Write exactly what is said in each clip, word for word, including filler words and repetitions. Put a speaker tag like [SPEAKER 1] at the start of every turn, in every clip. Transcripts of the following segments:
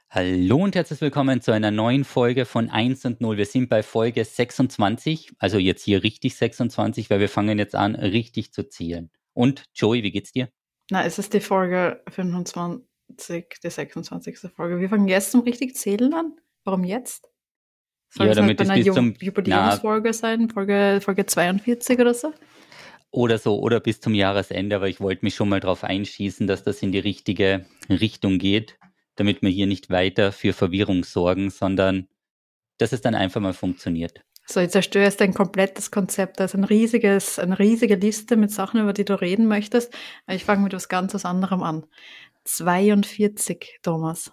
[SPEAKER 1] Hallo und herzlich willkommen zu einer neuen Folge von eins und null. Wir sind bei Folge sechsundzwanzig, also jetzt hier richtig sechsundzwanzig, weil wir fangen jetzt an, richtig zu zählen. Und Joey, wie geht's dir?
[SPEAKER 2] Na, es ist die Folge fünfundzwanzig, die sechsundzwanzigste Folge. Wir fangen jetzt zum richtig Zählen an. Warum jetzt? Soll
[SPEAKER 1] Ja,
[SPEAKER 2] das nicht
[SPEAKER 1] damit
[SPEAKER 2] bei
[SPEAKER 1] es
[SPEAKER 2] einer
[SPEAKER 1] bis
[SPEAKER 2] Ju
[SPEAKER 1] zum, na,
[SPEAKER 2] Jubiläumsfolge sein? Folge, Folge zweiundvierzig oder so?
[SPEAKER 1] oder so, oder bis zum Jahresende, aber ich wollte mich schon mal darauf einschießen, dass das in die richtige Richtung geht, damit wir hier nicht weiter für Verwirrung sorgen, sondern dass es dann einfach mal funktioniert.
[SPEAKER 2] So, jetzt zerstörst du ein komplettes Konzept. Da ist ein riesiges, eine riesige Liste mit Sachen, über die du reden möchtest. Aber ich fange mit was ganz was anderem an. zweiundvierzig, Thomas.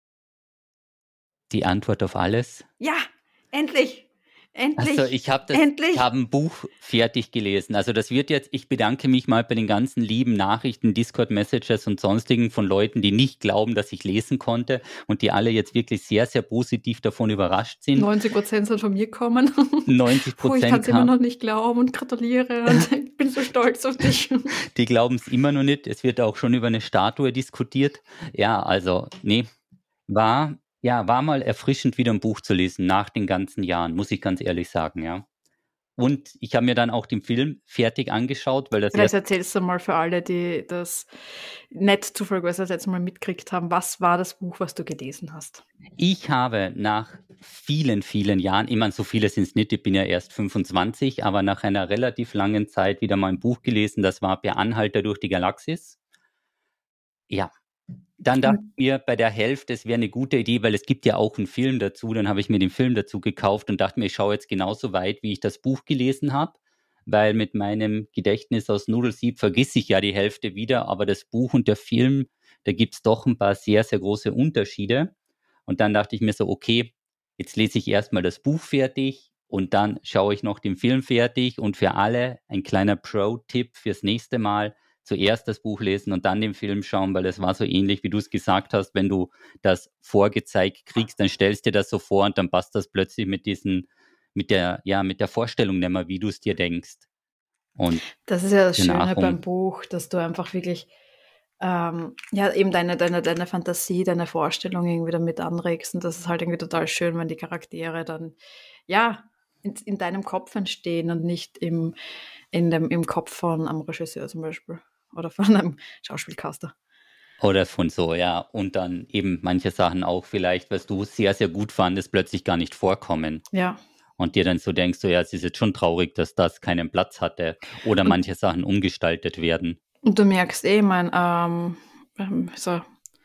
[SPEAKER 1] Die Antwort auf alles?
[SPEAKER 2] Ja, endlich! Endlich!
[SPEAKER 1] Also ich habe das,
[SPEAKER 2] Endlich!
[SPEAKER 1] ich habe ein Buch fertig gelesen. Also das wird jetzt, ich bedanke mich mal bei den ganzen lieben Nachrichten, Discord-Messages und sonstigen von Leuten, die nicht glauben, dass ich lesen konnte und die alle jetzt wirklich sehr, sehr positiv davon überrascht sind.
[SPEAKER 2] neunzig Prozent sind von mir gekommen.
[SPEAKER 1] neunzig
[SPEAKER 2] Puh, ich kann
[SPEAKER 1] Prozent
[SPEAKER 2] es immer
[SPEAKER 1] kam,
[SPEAKER 2] noch nicht glauben und gratuliere und ich bin so stolz auf dich.
[SPEAKER 1] die glauben es immer noch nicht. Es wird auch schon über eine Statue diskutiert. Ja, also, nee, war, ja, war mal erfrischend, wieder ein Buch zu lesen nach den ganzen Jahren, muss ich ganz ehrlich sagen, ja. Und ich habe mir dann auch den Film fertig angeschaut, weil das
[SPEAKER 2] Vielleicht
[SPEAKER 1] erst,
[SPEAKER 2] erzählst du mal für alle, die das nicht zufälligerweise das letzte Mal mitgekriegt haben, was war das Buch, was du gelesen hast?
[SPEAKER 1] ich habe nach vielen, vielen Jahren, ich meine, so viele sind es nicht, ich bin ja erst fünfundzwanzig, aber nach einer relativ langen Zeit wieder mal ein Buch gelesen, das war Per Anhalter durch die Galaxis. Ja, dann dachte
[SPEAKER 2] Und
[SPEAKER 1] ich mir bei der Hälfte, es wäre eine gute Idee, weil es gibt ja auch einen Film dazu. Dann habe ich mir den Film dazu gekauft und dachte mir, ich schaue jetzt genauso weit, wie ich das Buch gelesen habe, weil mit meinem Gedächtnis aus Nudelsieb vergiss ich ja die Hälfte wieder, aber das Buch und der Film, da gibt's doch ein paar sehr, sehr große Unterschiede. Und dann dachte ich mir so, okay, jetzt lese ich erstmal das Buch fertig und dann schaue ich noch den Film fertig. Und für alle ein kleiner Pro-Tipp fürs nächste Mal: Zuerst das Buch lesen und dann den Film schauen, weil es war so ähnlich, wie du es gesagt hast, wenn du das vorgezeigt kriegst, dann stellst dir das so vor und dann passt das plötzlich mit diesen, mit der, ja, mit der Vorstellung nicht mehr, wie du es dir denkst. Und
[SPEAKER 2] das ist ja das Schöne
[SPEAKER 1] danach
[SPEAKER 2] beim
[SPEAKER 1] um,
[SPEAKER 2] Buch, dass du einfach wirklich ähm, ja eben deine, deine, deine Fantasie, deine Vorstellung irgendwie damit anregst. Und das ist halt irgendwie total schön, wenn die Charaktere dann ja in, in deinem Kopf entstehen und nicht im, in dem, im Kopf von einem Regisseur zum Beispiel oder von einem Schauspielcaster.
[SPEAKER 1] oder von so, ja. Und dann eben manche Sachen auch vielleicht, was du sehr, sehr gut fandest, plötzlich gar nicht vorkommen.
[SPEAKER 2] Ja.
[SPEAKER 1] Und dir dann so denkst, so ja, es ist jetzt schon traurig, dass das keinen Platz hatte. Oder
[SPEAKER 2] Und,
[SPEAKER 1] manche Sachen umgestaltet werden.
[SPEAKER 2] und du merkst eh, mein, ähm, ähm, so,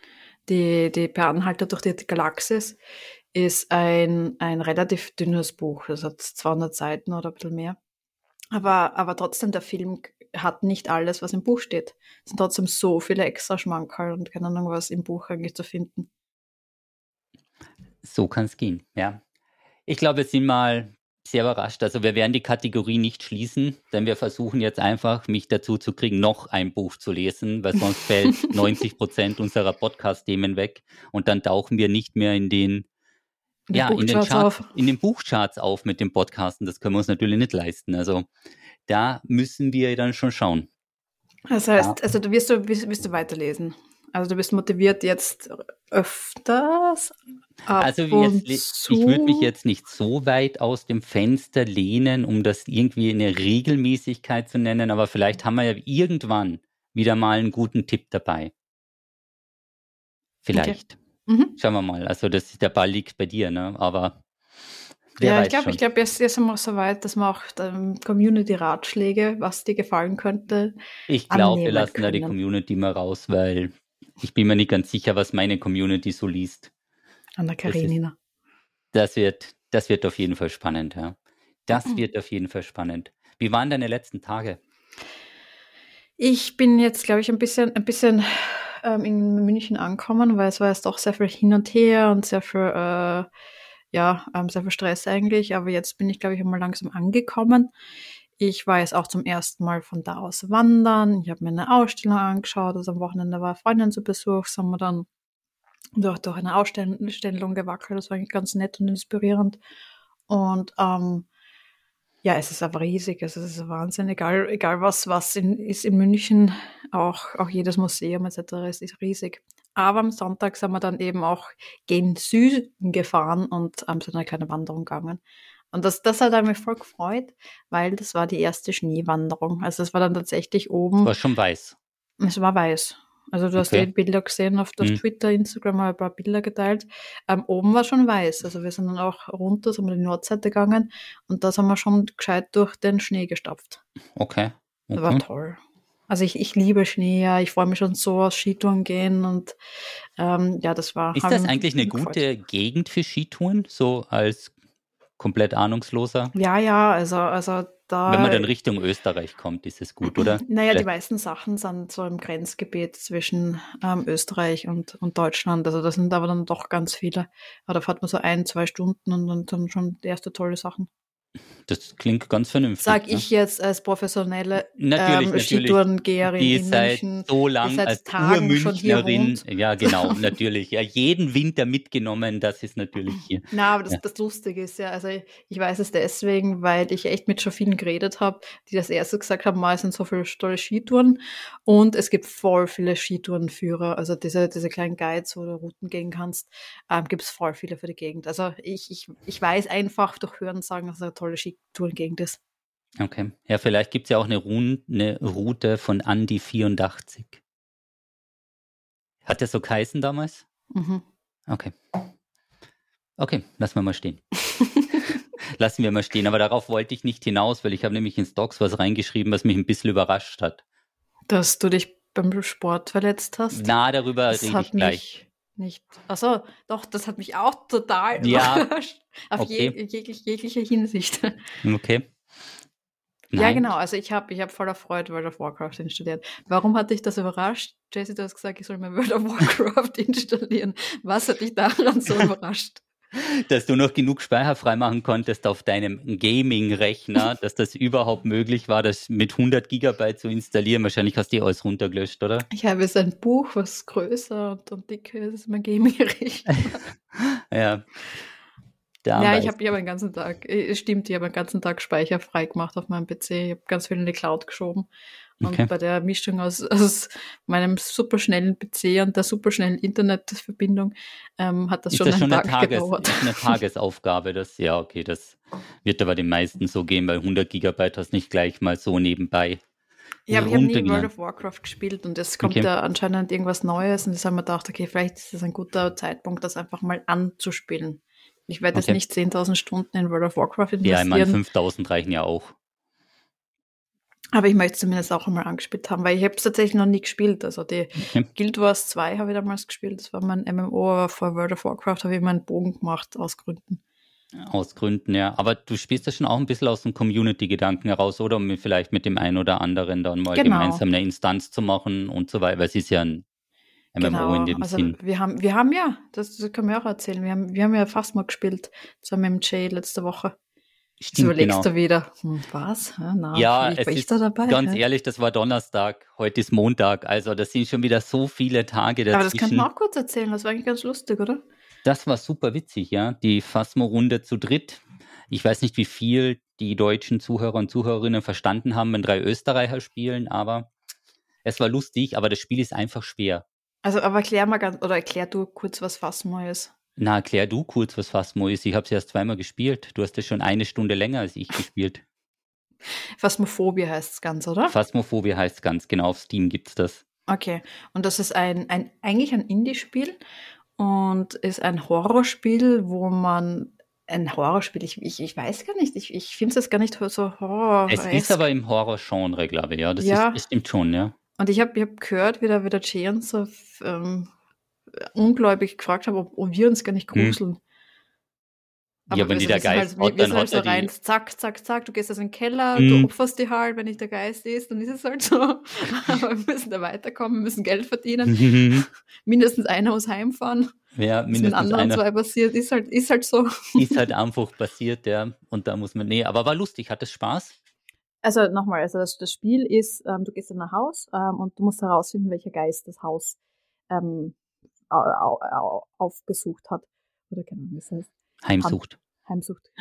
[SPEAKER 2] die, die Per Anhalter durch die Galaxis ist ein, ein relativ dünnes Buch. Das hat zweihundert Seiten oder ein bisschen mehr. Aber, aber trotzdem, der Film hat nicht alles, was im Buch steht. Es sind trotzdem so viele extra Schmankerl und keine Ahnung, was im Buch eigentlich zu finden.
[SPEAKER 1] So kann es gehen, ja. Ich glaube, wir sind mal sehr überrascht. Also wir werden die Kategorie nicht schließen, denn wir versuchen jetzt einfach, mich dazu zu kriegen, noch ein Buch zu lesen, weil sonst fällt neunzig Prozent unserer Podcast-Themen weg und dann tauchen wir nicht mehr in den,
[SPEAKER 2] In den
[SPEAKER 1] ja, in den
[SPEAKER 2] Buchcharts
[SPEAKER 1] Charts,
[SPEAKER 2] auf.
[SPEAKER 1] in den Buchcharts auf mit dem Podcasten. Das können wir uns natürlich nicht leisten. Also da müssen wir dann schon schauen.
[SPEAKER 2] Das
[SPEAKER 1] Ja.
[SPEAKER 2] heißt, also du wirst du, wirst, wirst du weiterlesen. Also du bist motiviert jetzt öfters ab
[SPEAKER 1] Also jetzt,
[SPEAKER 2] und
[SPEAKER 1] le- ich würde mich
[SPEAKER 2] zu.
[SPEAKER 1] jetzt nicht so weit aus dem Fenster lehnen, um das irgendwie eine Regelmäßigkeit zu nennen, aber vielleicht haben wir ja irgendwann wieder mal einen guten Tipp dabei.
[SPEAKER 2] Okay.
[SPEAKER 1] Vielleicht.
[SPEAKER 2] Mhm.
[SPEAKER 1] Schauen wir mal. Also das, der Ball liegt bei dir, ne? Aber wer
[SPEAKER 2] Ja, ich
[SPEAKER 1] weiß
[SPEAKER 2] glaube, ich
[SPEAKER 1] schon.
[SPEAKER 2] glaube, jetzt, jetzt sind wir so weit, dass wir auch ähm, Community-Ratschläge, was dir gefallen könnte,
[SPEAKER 1] Ich glaube, wir
[SPEAKER 2] annehmen
[SPEAKER 1] lassen da die
[SPEAKER 2] können.
[SPEAKER 1] Community mal raus, weil ich bin mir nicht ganz sicher, was meine Community so liest.
[SPEAKER 2] Anna
[SPEAKER 1] Das ist,
[SPEAKER 2] Karenina.
[SPEAKER 1] das wird, das wird auf jeden Fall spannend, ja. Das wird auf jeden Fall spannend. Wie waren deine letzten Tage?
[SPEAKER 2] Ich bin jetzt, glaube ich, ein bisschen, ein bisschen ähm, in München angekommen, weil es war jetzt doch sehr viel hin und her und sehr viel, äh, ja, ähm, sehr viel Stress eigentlich. Aber jetzt bin ich, glaube ich, einmal langsam angekommen. Ich war jetzt auch zum ersten Mal von da aus wandern. Ich habe mir eine Ausstellung angeschaut. Also am Wochenende war eine Freundin zu Besuch. Sind wir dann durch, durch eine Ausstellung gewackelt. Das war eigentlich ganz nett und inspirierend. Und ähm, ja, es ist aber riesig, also es ist Wahnsinn, egal, egal was, was in, ist in München, auch, auch jedes Museum et cetera ist, ist riesig. Aber am Sonntag sind wir dann eben auch gen Süden gefahren und ähm, sind eine kleine Wanderung gegangen. Und das, das hat mich voll gefreut, weil das war die erste Schneewanderung. Also es war dann tatsächlich
[SPEAKER 1] Es
[SPEAKER 2] oben,
[SPEAKER 1] war schon weiß.
[SPEAKER 2] es war weiß. Also du hast eh
[SPEAKER 1] Okay.
[SPEAKER 2] Bilder gesehen auf, auf
[SPEAKER 1] Hm.
[SPEAKER 2] Twitter, Instagram, habe ein paar Bilder geteilt. Ähm, oben war schon weiß. Also wir sind dann auch runter, sind wir die Nordseite gegangen und da sind wir schon gescheit durch den Schnee gestapft.
[SPEAKER 1] Okay.
[SPEAKER 2] Das war
[SPEAKER 1] Okay.
[SPEAKER 2] toll. Also ich, ich liebe Schnee, ja. Ich freue mich schon so aufs Skitouren gehen und ähm, ja, das war.
[SPEAKER 1] Ist
[SPEAKER 2] hab
[SPEAKER 1] das
[SPEAKER 2] mich
[SPEAKER 1] eigentlich eine
[SPEAKER 2] gefreut.
[SPEAKER 1] gute Gegend für Skitouren, so als komplett Ahnungsloser?
[SPEAKER 2] Ja, ja, also, also
[SPEAKER 1] Wenn
[SPEAKER 2] da,
[SPEAKER 1] man dann Richtung Österreich kommt, ist es gut, oder?
[SPEAKER 2] naja, die
[SPEAKER 1] Vielleicht-
[SPEAKER 2] meisten Sachen sind so im Grenzgebiet zwischen ähm, Österreich und, und Deutschland. Also das sind aber dann doch ganz viele. Aber da fährt man so ein, zwei Stunden und dann, dann schon erste tolle Sachen.
[SPEAKER 1] Das klingt ganz vernünftig.
[SPEAKER 2] Sag
[SPEAKER 1] ne?
[SPEAKER 2] ich jetzt als professionelle
[SPEAKER 1] Natürlich,
[SPEAKER 2] ähm,
[SPEAKER 1] natürlich.
[SPEAKER 2] Skitourengeherin
[SPEAKER 1] Die
[SPEAKER 2] in
[SPEAKER 1] seit
[SPEAKER 2] München,
[SPEAKER 1] so
[SPEAKER 2] die
[SPEAKER 1] lang
[SPEAKER 2] seit
[SPEAKER 1] als
[SPEAKER 2] Tagen schon hier
[SPEAKER 1] Urmünchnerin,
[SPEAKER 2] wohnt.
[SPEAKER 1] ja genau, natürlich, ja, jeden Winter mitgenommen, das ist natürlich hier.
[SPEAKER 2] Na, aber das,
[SPEAKER 1] Ja.
[SPEAKER 2] das Lustige ist ja, also ich, ich weiß es deswegen, weil ich echt mit schon vielen geredet habe, die das erste gesagt haben, mal es sind so viele tolle Skitouren und es gibt voll viele Skitourenführer, also diese, diese kleinen Guides, wo du Routen gehen kannst, ähm, gibt es voll viele für die Gegend. Also ich, ich, ich weiß einfach durch Hören sagen, dass es eine tolle Skitourengegend ist.
[SPEAKER 1] Okay. Ja, vielleicht gibt es ja auch eine, Run eine Route von Andi vierundachtzig. Hat das so geheißen damals?
[SPEAKER 2] Mhm.
[SPEAKER 1] Okay. Okay, lassen wir mal stehen. Lassen wir mal stehen. Aber darauf wollte ich nicht hinaus, weil ich habe nämlich in Stocks was reingeschrieben, was mich ein bisschen überrascht hat.
[SPEAKER 2] Dass du dich beim Sport verletzt hast.
[SPEAKER 1] Na, darüber
[SPEAKER 2] Das
[SPEAKER 1] rede
[SPEAKER 2] hat
[SPEAKER 1] ich gleich.
[SPEAKER 2] mich nicht. Achso, doch, das hat mich auch total
[SPEAKER 1] Ja,
[SPEAKER 2] überrascht. Auf je,
[SPEAKER 1] okay.
[SPEAKER 2] jeglich, jeglicher Hinsicht.
[SPEAKER 1] Okay.
[SPEAKER 2] Ja,
[SPEAKER 1] Nein.
[SPEAKER 2] genau. Also ich habe ich hab voller Freude World of Warcraft installiert. Warum hat dich das überrascht? Jessie, du hast gesagt, ich soll mir World of Warcraft installieren. Was hat dich daran so überrascht?
[SPEAKER 1] Dass du noch genug Speicher freimachen konntest auf deinem Gaming-Rechner, dass das überhaupt möglich war, das mit hundert Gigabyte zu installieren. Wahrscheinlich hast du eh alles runtergelöscht, oder?
[SPEAKER 2] Ich habe jetzt ein Buch, was größer und, und dicker ist als mein Gaming-Rechner.
[SPEAKER 1] Ja. Da
[SPEAKER 2] Ja, ich
[SPEAKER 1] weiß
[SPEAKER 2] habe hab den ganzen Tag, äh, es stimmt, ich habe den ganzen Tag Speicher frei gemacht auf meinem P C. Ich habe ganz viel in die Cloud geschoben. Und
[SPEAKER 1] Okay.
[SPEAKER 2] bei der Mischung aus, aus meinem superschnellen P C und der superschnellen Internetverbindung ähm, hat das
[SPEAKER 1] Ist
[SPEAKER 2] schon
[SPEAKER 1] das
[SPEAKER 2] einen
[SPEAKER 1] schon eine,
[SPEAKER 2] Tag
[SPEAKER 1] Tages,
[SPEAKER 2] gedauert.
[SPEAKER 1] ist eine Tagesaufgabe? Das, ja, okay, das wird aber den meisten so gehen, weil hundert Gigabyte hast nicht gleich mal so nebenbei
[SPEAKER 2] Ja, aber ich habe nie World
[SPEAKER 1] runtergeladen.
[SPEAKER 2] of Warcraft gespielt und es kommt
[SPEAKER 1] Okay.
[SPEAKER 2] ja anscheinend irgendwas Neues und ich habe mir gedacht, okay, vielleicht ist das ein guter Zeitpunkt, das einfach mal anzuspielen. Ich werde jetzt
[SPEAKER 1] Okay.
[SPEAKER 2] nicht zehntausend Stunden in World of Warcraft
[SPEAKER 1] Ja, ich meine,
[SPEAKER 2] investieren,
[SPEAKER 1] fünftausend reichen ja auch.
[SPEAKER 2] aber ich möchte es zumindest auch einmal angespielt haben, weil ich habe es tatsächlich noch nie gespielt. Also die
[SPEAKER 1] Okay.
[SPEAKER 2] Guild Wars zwei habe ich damals gespielt, das war mein M M O, aber vor World of Warcraft habe ich meinen Bogen gemacht, aus Gründen.
[SPEAKER 1] Aus Gründen, ja. Aber du spielst das schon auch ein bisschen aus dem Community-Gedanken heraus, oder? Um vielleicht mit dem einen oder anderen dann mal
[SPEAKER 2] Genau.
[SPEAKER 1] gemeinsam eine Instanz zu machen und so weiter. Weil es ist ja ein M M O
[SPEAKER 2] Genau,
[SPEAKER 1] in dem
[SPEAKER 2] also
[SPEAKER 1] Sinn.
[SPEAKER 2] wir haben, wir haben ja, das, das können wir auch erzählen, wir haben, wir haben ja fast mal gespielt, zusammen mit dem Jay letzte Woche. Jetzt
[SPEAKER 1] Stimmt,
[SPEAKER 2] überlegst
[SPEAKER 1] genau.
[SPEAKER 2] du wieder, hm, was? Ja, na,
[SPEAKER 1] Ja,
[SPEAKER 2] ich,
[SPEAKER 1] es
[SPEAKER 2] war ich
[SPEAKER 1] ist
[SPEAKER 2] da dabei?
[SPEAKER 1] ganz
[SPEAKER 2] hä?
[SPEAKER 1] ehrlich, das war Donnerstag, heute ist Montag. Also das sind schon wieder so viele Tage
[SPEAKER 2] Aber das könnten wir
[SPEAKER 1] dazwischen.
[SPEAKER 2] auch kurz erzählen, das war eigentlich ganz lustig, oder?
[SPEAKER 1] Das war super witzig, ja. Die Phasmo-Runde zu dritt. Ich weiß nicht, wie viel die deutschen Zuhörer und Zuhörerinnen verstanden haben, wenn drei Österreicher spielen, aber es war lustig, aber das Spiel ist einfach schwer.
[SPEAKER 2] Also, aber erklär mal ganz, oder erklär du kurz, was Phasmo ist.
[SPEAKER 1] Na, erklär du kurz, was Phasmo ist. Ich habe es erst zweimal gespielt. Du hast es schon eine Stunde länger als ich gespielt.
[SPEAKER 2] Phasmophobie heißt es ganz, oder?
[SPEAKER 1] Phasmophobie heißt ganz genau, auf Steam gibt's das.
[SPEAKER 2] Okay, und das ist ein, ein eigentlich ein Indie-Spiel und ist ein Horrorspiel, wo man ein Horrorspiel, ich, ich, ich weiß gar nicht, ich, ich finde es gar nicht so horror
[SPEAKER 1] Es ist aber im Horror-Genre, glaube ich, ja. Das,
[SPEAKER 2] Ja.
[SPEAKER 1] ist, das stimmt schon, ja.
[SPEAKER 2] Und ich habe ich hab gehört, wie der, wie der Jay uns so ähm, ungläubig gefragt hat, ob, ob wir uns gar nicht
[SPEAKER 1] Hm.
[SPEAKER 2] gruseln.
[SPEAKER 1] Ja, wenn
[SPEAKER 2] also
[SPEAKER 1] die der
[SPEAKER 2] wir sind
[SPEAKER 1] Geist
[SPEAKER 2] halt, wir,
[SPEAKER 1] hat,
[SPEAKER 2] wir
[SPEAKER 1] dann
[SPEAKER 2] sind halt
[SPEAKER 1] hat
[SPEAKER 2] so
[SPEAKER 1] er die.
[SPEAKER 2] rein, zack, zack, zack, du gehst also in den Keller,
[SPEAKER 1] Mhm.
[SPEAKER 2] du opferst die halt, wenn nicht der Geist ist, dann ist es halt so. Aber wir müssen da weiterkommen, wir müssen Geld verdienen. Mindestens einer muss heimfahren.
[SPEAKER 1] Ja,
[SPEAKER 2] Was mit den
[SPEAKER 1] mindestens
[SPEAKER 2] anderen
[SPEAKER 1] einer.
[SPEAKER 2] zwei passiert, ist halt, ist halt so.
[SPEAKER 1] Ist halt einfach passiert, ja. Und da muss man, nee, aber war lustig. Hat es Spaß?
[SPEAKER 2] Also nochmal, also das, das Spiel ist, ähm, du gehst in ein Haus ähm, und du musst herausfinden, welcher Geist das Haus ähm, au, au, au, aufgesucht hat. Oder keine Ahnung, wie es heißt.
[SPEAKER 1] Heimsucht.
[SPEAKER 2] Heimsucht.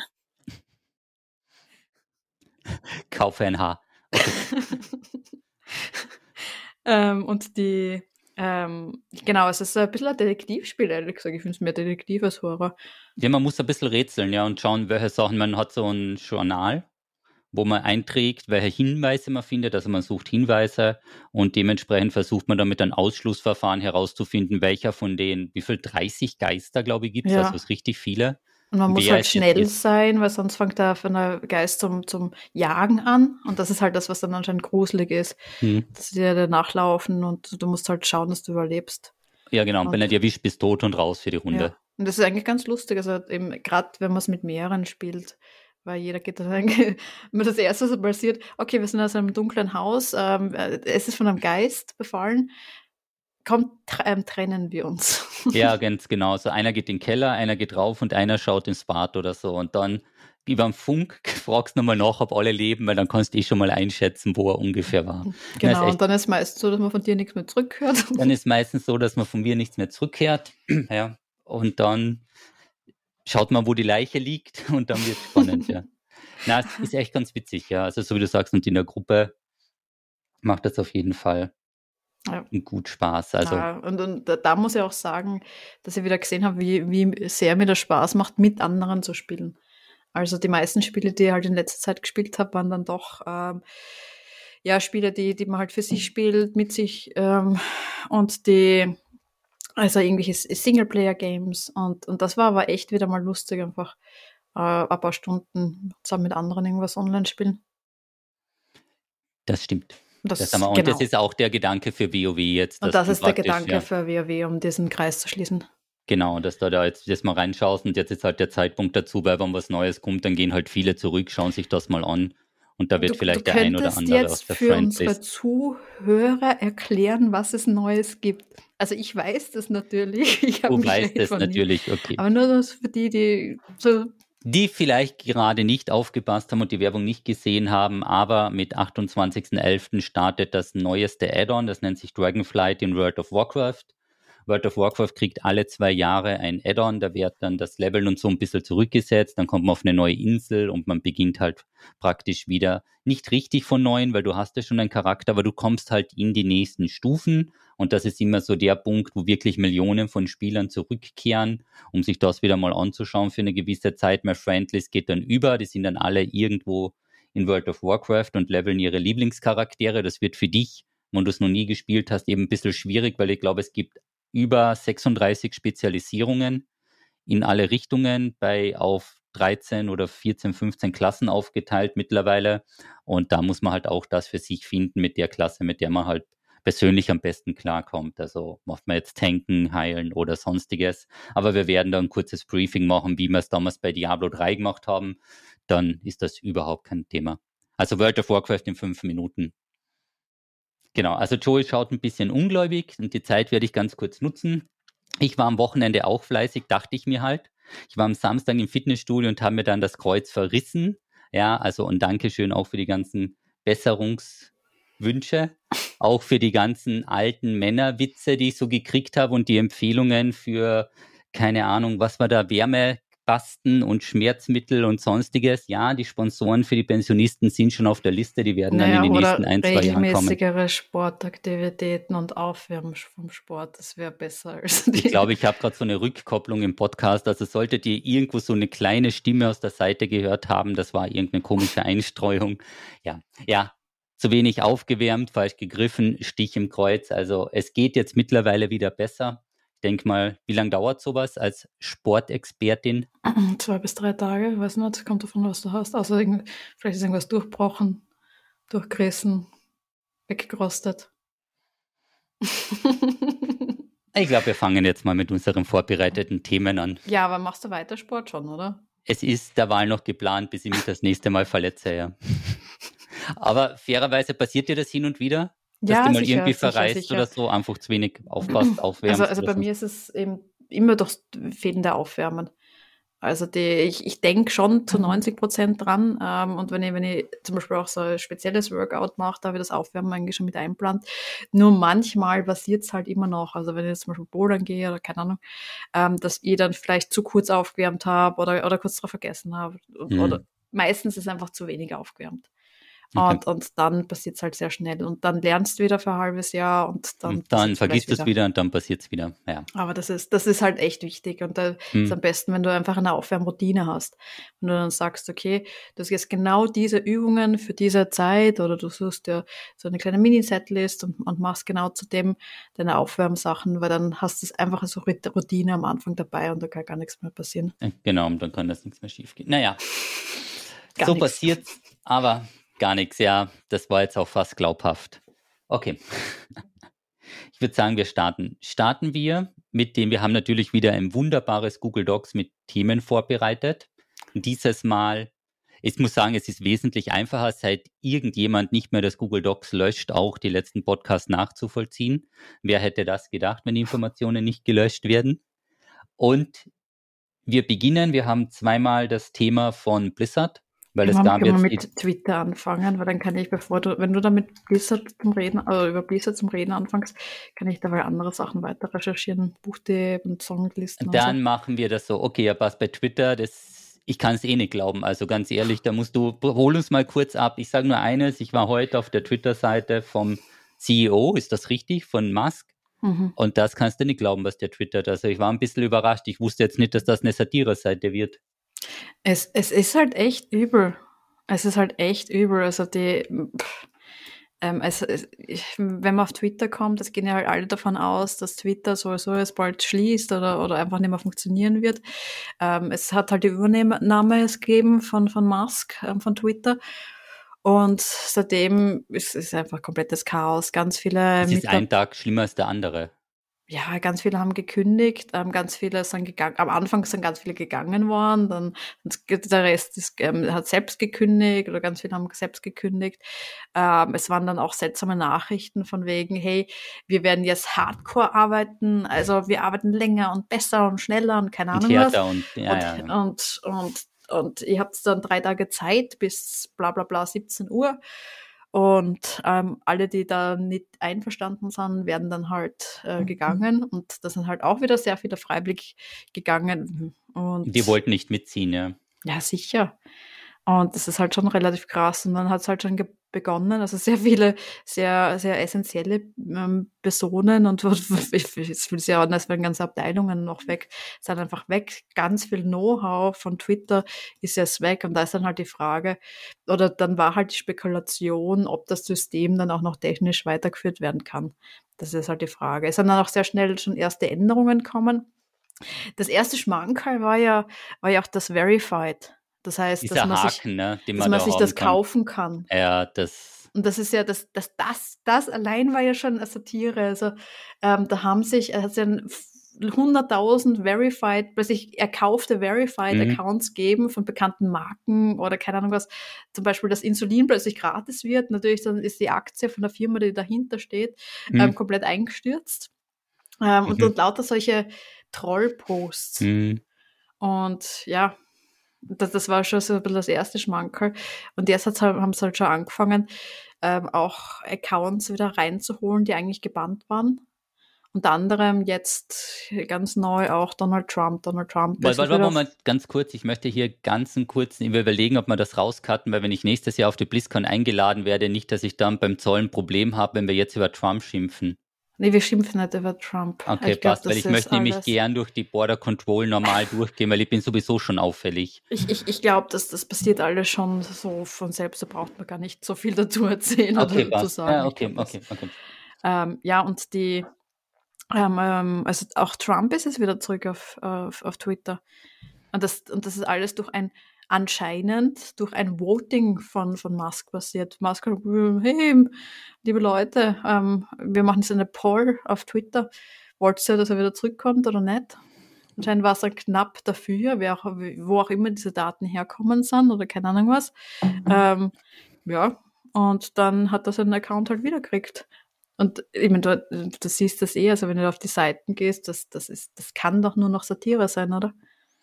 [SPEAKER 1] Kaufe ein Haar. Okay.
[SPEAKER 2] ähm, und die, Ähm, genau, es ist ein bisschen ein Detektivspiel, ehrlich gesagt. Ich finde es mehr Detektiv als Horror.
[SPEAKER 1] Ja, man muss ein bisschen rätseln, ja, und schauen, welche Sachen, man hat so ein Journal, wo man einträgt, welche Hinweise man findet, also man sucht Hinweise und dementsprechend versucht man dann mit einem Ausschlussverfahren herauszufinden, welcher von den, wie viel, dreißig Geister, glaube ich, gibt es, also
[SPEAKER 2] Ja.
[SPEAKER 1] es ist richtig viele.
[SPEAKER 2] Und man muss
[SPEAKER 1] Wer
[SPEAKER 2] halt
[SPEAKER 1] es jetzt
[SPEAKER 2] schnell
[SPEAKER 1] ist.
[SPEAKER 2] sein, weil sonst fängt der von der Geist zum, zum Jagen an. Und das ist halt das, was dann anscheinend gruselig ist.
[SPEAKER 1] Hm.
[SPEAKER 2] Dass die dir nachlaufen und du musst halt schauen, dass du überlebst.
[SPEAKER 1] Ja, genau, und wenn er
[SPEAKER 2] Und
[SPEAKER 1] dir erwischt, bist tot und raus für die Runde.
[SPEAKER 2] ja, und das ist eigentlich ganz lustig, also eben gerade wenn man es mit mehreren spielt, weil jeder geht dann eigentlich, immer das erste, was passiert, okay, wir sind aus einem dunklen Haus, ähm, äh, es ist von einem Geist befallen, komm, tr ähm, trennen wir uns.
[SPEAKER 1] Ja, ganz genau. So einer geht in den Keller, einer geht rauf und einer schaut ins Bad oder so. Und dann über den Funk fragst du nochmal nach, ob alle leben, weil dann kannst du eh schon mal einschätzen, wo er ungefähr war. Ja, ist
[SPEAKER 2] Genau,
[SPEAKER 1] echt,
[SPEAKER 2] und dann ist meistens so, dass man von dir nichts mehr zurückhört.
[SPEAKER 1] dann ist meistens so, dass man von mir nichts mehr zurückkehrt. Ja, und dann schaut man, wo die Leiche liegt und dann wird es spannend, ja. Na, es ist echt ganz witzig, ja. Also so wie du sagst, und in der Gruppe macht das auf jeden Fall
[SPEAKER 2] Ja.
[SPEAKER 1] gut Spaß. Also
[SPEAKER 2] Ja, und, und da, da muss ich auch sagen, dass ich wieder gesehen habe, wie, wie sehr mir das Spaß macht, mit anderen zu spielen. Also die meisten Spiele, die ich halt in letzter Zeit gespielt habe, waren dann doch ähm, ja Spiele, die, die man halt für sich spielt, mit sich ähm, und die, also irgendwelche Singleplayer-Games und, und das war aber echt wieder mal lustig, einfach äh, ein paar Stunden zusammen mit anderen irgendwas online spielen.
[SPEAKER 1] das stimmt.
[SPEAKER 2] Das,
[SPEAKER 1] Das haben wir. Und
[SPEAKER 2] genau.
[SPEAKER 1] das ist auch der Gedanke für WoW jetzt.
[SPEAKER 2] Und
[SPEAKER 1] dass
[SPEAKER 2] das
[SPEAKER 1] du
[SPEAKER 2] ist der
[SPEAKER 1] praktisch,
[SPEAKER 2] Gedanke
[SPEAKER 1] ja,
[SPEAKER 2] für WoW, um diesen Kreis zu schließen.
[SPEAKER 1] genau, dass du da jetzt das mal reinschaust und jetzt ist halt der Zeitpunkt dazu, weil wenn was Neues kommt, dann gehen halt viele zurück, schauen sich das mal an und da wird
[SPEAKER 2] Du,
[SPEAKER 1] vielleicht
[SPEAKER 2] du
[SPEAKER 1] der ein oder
[SPEAKER 2] könntest
[SPEAKER 1] andere
[SPEAKER 2] jetzt
[SPEAKER 1] aus der
[SPEAKER 2] für unsere
[SPEAKER 1] Friendlist.
[SPEAKER 2] Zuhörer erklären, was es Neues gibt. Also ich weiß das natürlich, ich habe
[SPEAKER 1] Du
[SPEAKER 2] mich
[SPEAKER 1] weißt es
[SPEAKER 2] von nie,
[SPEAKER 1] natürlich, okay.
[SPEAKER 2] aber nur das für die, die so
[SPEAKER 1] Die vielleicht gerade nicht aufgepasst haben und die Werbung nicht gesehen haben, aber mit achtundzwanzigsten elften startet das neueste Add-on, das nennt sich Dragonflight in World of Warcraft. World of Warcraft kriegt alle zwei Jahre ein Add-on, da wird dann das Leveln und so ein bisschen zurückgesetzt, dann kommt man auf eine neue Insel und man beginnt halt praktisch wieder nicht richtig von neuem, weil du hast ja schon einen Charakter, aber du kommst halt in die nächsten Stufen und das ist immer so der Punkt, wo wirklich Millionen von Spielern zurückkehren, um sich das wieder mal anzuschauen für eine gewisse Zeit. Mehr Friendlies geht dann über, die sind dann alle irgendwo in World of Warcraft und leveln ihre Lieblingscharaktere. Das wird für dich, wenn du es noch nie gespielt hast, eben ein bisschen schwierig, weil ich glaube, es gibt über sechsunddreißig Spezialisierungen in alle Richtungen, bei auf dreizehn oder vierzehn, fünfzehn Klassen aufgeteilt mittlerweile. Und da muss man halt auch das für sich finden mit der Klasse, mit der man halt persönlich am besten klarkommt. Also macht man jetzt Tanken, Heilen oder sonstiges. Aber wir werden da ein kurzes Briefing machen, wie wir es damals bei Diablo drei gemacht haben. Dann ist das überhaupt kein Thema. Also World of Warcraft in fünf Minuten. Genau, also Joey schaut ein bisschen ungläubig und die Zeit werde ich ganz kurz nutzen. Ich war am Wochenende auch fleißig, dachte ich mir halt. Ich war am Samstag im Fitnessstudio und habe mir dann das Kreuz verrissen. Ja, also und Dankeschön auch für die ganzen Besserungswünsche, auch für die ganzen alten Männerwitze, die ich so gekriegt habe und die Empfehlungen für, keine Ahnung, was war da, Wärmebasten und Schmerzmittel und sonstiges. Ja, die Sponsoren für die Pensionisten sind schon auf der Liste, die werden dann
[SPEAKER 2] naja,
[SPEAKER 1] in den
[SPEAKER 2] oder
[SPEAKER 1] nächsten ein, zwei Jahren kommen.
[SPEAKER 2] regelmäßigere Sportaktivitäten und Aufwärmen vom Sport, das wäre besser als die.
[SPEAKER 1] Ich glaube, ich habe gerade so eine Rückkopplung im Podcast. Also solltet ihr irgendwo so eine kleine Stimme aus der Seite gehört haben, das war irgendeine komische Einstreuung. Ja, ja, zu wenig aufgewärmt, falsch gegriffen, Stich im Kreuz. Also es geht jetzt mittlerweile wieder besser. Ich denke mal, wie lange dauert sowas als Sportexpertin?
[SPEAKER 2] Zwei bis drei Tage, weiß nicht, kommt davon, was du hast. Also irgend, vielleicht ist irgendwas durchbrochen, durchgerissen, weggerostet.
[SPEAKER 1] Ich glaube, wir fangen jetzt mal mit unseren vorbereiteten Themen an.
[SPEAKER 2] Ja, aber machst du weiter Sport schon, oder?
[SPEAKER 1] Es ist derweil noch geplant, bis ich mich das nächste Mal verletze, ja. Aber fairerweise passiert dir das hin und wieder, dass
[SPEAKER 2] Ja,
[SPEAKER 1] du mal
[SPEAKER 2] sicher,
[SPEAKER 1] irgendwie
[SPEAKER 2] sicher,
[SPEAKER 1] verreist
[SPEAKER 2] sicher.
[SPEAKER 1] oder so, einfach zu wenig aufpasst, aufwärmst.
[SPEAKER 2] Also, also
[SPEAKER 1] oder
[SPEAKER 2] bei
[SPEAKER 1] so.
[SPEAKER 2] mir ist es eben immer durch fehlende Aufwärmen. Also die, ich, ich denke schon zu neunzig Prozent dran. Ähm, und wenn ich, wenn ich zum Beispiel auch so ein spezielles Workout mache, da habe ich das Aufwärmen eigentlich schon mit einplant. Nur manchmal passiert es halt immer noch. Also wenn ich jetzt zum Beispiel bouldern gehe oder keine Ahnung, ähm, dass ich dann vielleicht zu kurz aufgewärmt habe oder, oder kurz drauf vergessen habe.
[SPEAKER 1] Mhm.
[SPEAKER 2] Oder meistens ist einfach zu wenig aufgewärmt.
[SPEAKER 1] Okay.
[SPEAKER 2] Und, und dann passiert es halt sehr schnell. Und dann lernst du wieder für ein halbes Jahr und dann,
[SPEAKER 1] Und dann
[SPEAKER 2] passiert's
[SPEAKER 1] vergisst du
[SPEAKER 2] gleich
[SPEAKER 1] es wieder und dann passiert es wieder. Ja.
[SPEAKER 2] Aber das ist, das ist halt echt wichtig. Und da ist
[SPEAKER 1] Hm.
[SPEAKER 2] am besten, wenn du einfach eine Aufwärmroutine hast. Wenn du dann sagst, okay, du hast jetzt genau diese Übungen für diese Zeit oder du suchst dir so eine kleine Mini-Setlist und, und machst genau zu dem deine Aufwärmsachen, weil dann hast du es einfach so Routine am Anfang dabei und da kann gar nichts mehr passieren.
[SPEAKER 1] Genau, und dann kann das nichts mehr schief gehen. Naja,
[SPEAKER 2] Gar
[SPEAKER 1] so
[SPEAKER 2] nichts.
[SPEAKER 1] passiert's, aber gar nichts. Ja, das war jetzt auch fast glaubhaft. Okay. Ich würde sagen, wir starten. Starten wir mit dem, wir haben natürlich wieder ein wunderbares Google Docs mit Themen vorbereitet. Dieses Mal, ich muss sagen, es ist wesentlich einfacher, seit irgendjemand nicht mehr das Google Docs löscht, auch die letzten Podcasts nachzuvollziehen. Wer hätte das gedacht, wenn die Informationen nicht gelöscht werden? Und wir beginnen, wir haben zweimal das Thema von Blizzard, weil es
[SPEAKER 2] Können wir,
[SPEAKER 1] gab
[SPEAKER 2] können wir
[SPEAKER 1] jetzt...
[SPEAKER 2] mit Twitter anfangen, weil dann kann ich, bevor du, wenn du da mit Blizzard zum Reden, oder über Blizzard zum Reden anfängst, kann ich dabei andere Sachen weiter recherchieren, Buchtipp und Songlisten und
[SPEAKER 1] Dann
[SPEAKER 2] so.
[SPEAKER 1] machen wir das so, okay, ja, passt bei Twitter, das, ich kann es eh nicht glauben, also ganz ehrlich, da musst du, hol uns mal kurz ab. Ich sage nur eines, ich war heute auf der Twitter-Seite vom C E O, ist das richtig, von Musk?
[SPEAKER 2] Mhm.
[SPEAKER 1] Und das kannst du nicht glauben, was der twittert. Also ich war ein bisschen überrascht, ich wusste jetzt nicht, dass das eine Satire-Seite wird.
[SPEAKER 2] Es, es ist halt echt übel. Es ist halt echt übel. Also die, pff, ähm, also es, ich, wenn man auf Twitter kommt, das gehen ja halt alle davon aus, dass Twitter sowieso jetzt bald schließt oder, oder einfach nicht mehr funktionieren wird. Ähm, es hat halt die Übernahme gegeben von, von Musk, ähm, von Twitter. Und seitdem ist es einfach komplettes Chaos. Ganz viele
[SPEAKER 1] Es ist
[SPEAKER 2] Mitar-
[SPEAKER 1] ein Tag schlimmer als der andere.
[SPEAKER 2] ja, ganz viele haben gekündigt, ähm, ganz viele sind gegangen, am Anfang sind ganz viele gegangen worden, dann der Rest ist, ähm, hat selbst gekündigt oder ganz viele haben selbst gekündigt. Ähm, es waren dann auch seltsame Nachrichten von wegen, hey, wir werden jetzt Hardcore arbeiten, also wir arbeiten länger und besser und schneller und keine
[SPEAKER 1] Und
[SPEAKER 2] Ahnung was.
[SPEAKER 1] härter und, ja,
[SPEAKER 2] Und,
[SPEAKER 1] ja, ja.
[SPEAKER 2] und, und, und ihr habt dann drei Tage Zeit bis bla bla bla siebzehn Uhr. Und ähm, alle, die da nicht einverstanden sind, werden dann halt äh, gegangen. Und da sind halt auch wieder sehr viele freiwillig gegangen. Und
[SPEAKER 1] Die wollten nicht mitziehen, ja.
[SPEAKER 2] ja, sicher. Und das ist halt schon relativ krass. Und dann hat es halt schon ge- begonnen. Also sehr viele, sehr, sehr essentielle ähm, Personen und ich, ich will es ja an, als wären ganze Abteilungen noch weg, sind einfach weg. Ganz viel Know-how von Twitter ist jetzt weg. Und da ist dann halt die Frage, oder dann war halt die Spekulation, ob das System dann auch noch technisch weitergeführt werden kann. Das ist halt die Frage. Es sind dann auch sehr schnell schon erste Änderungen gekommen. Das erste Schmankerl war ja, war ja auch das Verified. Das heißt, dass
[SPEAKER 1] Dieser
[SPEAKER 2] man sich,
[SPEAKER 1] Haken, ne, den
[SPEAKER 2] dass
[SPEAKER 1] man
[SPEAKER 2] man
[SPEAKER 1] da
[SPEAKER 2] sich
[SPEAKER 1] haben
[SPEAKER 2] das
[SPEAKER 1] kann.
[SPEAKER 2] kaufen kann.
[SPEAKER 1] Ja, das,
[SPEAKER 2] Und das ist ja, das, das, das, das allein war ja schon eine Satire. Also ähm, da haben sich, es hat ja hunderttausend Verified, plötzlich erkaufte Verified
[SPEAKER 1] Mhm.
[SPEAKER 2] Accounts geben von bekannten Marken oder keine Ahnung was. Zum Beispiel, dass Insulin plötzlich gratis wird. Natürlich dann ist die Aktie von der Firma, die dahinter steht,
[SPEAKER 1] Mhm.
[SPEAKER 2] ähm, komplett eingestürzt. Ähm, und,
[SPEAKER 1] Mhm.
[SPEAKER 2] und lauter solche Trollposts.
[SPEAKER 1] Mhm.
[SPEAKER 2] Und ja, das, das war schon so ein bisschen das erste Schmankerl. Und jetzt hat's halt, haben sie halt schon angefangen, ähm, auch Accounts wieder reinzuholen, die eigentlich gebannt waren. Unter anderem jetzt ganz neu auch Donald Trump. Donald Trump
[SPEAKER 1] Warte,
[SPEAKER 2] ist
[SPEAKER 1] warte,
[SPEAKER 2] wieder-
[SPEAKER 1] warte, Moment, ganz kurz. Ich möchte hier ganz einen kurzen, wir überlegen, ob wir das rauscutten, weil wenn ich nächstes Jahr auf die BlizzCon eingeladen werde, nicht, dass ich dann beim Zoll ein Problem habe, wenn wir jetzt über Trump schimpfen.
[SPEAKER 2] Nee, wir schimpfen nicht über Trump.
[SPEAKER 1] Okay,
[SPEAKER 2] ich glaub,
[SPEAKER 1] passt, weil
[SPEAKER 2] das
[SPEAKER 1] ich
[SPEAKER 2] ist
[SPEAKER 1] möchte nämlich
[SPEAKER 2] alles-
[SPEAKER 1] gern durch die Border Control normal durchgehen, weil ich bin sowieso schon auffällig.
[SPEAKER 2] Ich, ich, ich glaube, dass das passiert alles schon so von selbst. Da braucht man gar nicht so viel dazu erzählen
[SPEAKER 1] Okay,
[SPEAKER 2] oder zu
[SPEAKER 1] passt.
[SPEAKER 2] sagen.
[SPEAKER 1] Ja,
[SPEAKER 2] Ich
[SPEAKER 1] okay,
[SPEAKER 2] glaub, das-
[SPEAKER 1] okay, okay.
[SPEAKER 2] Ähm, ja, und die, ähm, ähm, also auch Trump ist jetzt wieder zurück auf, auf, auf Twitter. Und das, und das ist alles durch ein, anscheinend durch ein Voting von, von Musk passiert. Musk hat gesagt, hey, liebe Leute, ähm, wir machen jetzt eine Poll auf Twitter. Wollt ihr, dass er wieder zurückkommt oder nicht? Anscheinend war es dann knapp dafür, wer auch, wo auch immer diese Daten herkommen sind oder keine Ahnung was. Ähm, ja, und dann hat er seinen Account halt wieder gekriegt. Und ich meine, du, du siehst das eh, also wenn du auf die Seiten gehst, das, das, ist, das kann doch nur noch Satire sein, oder?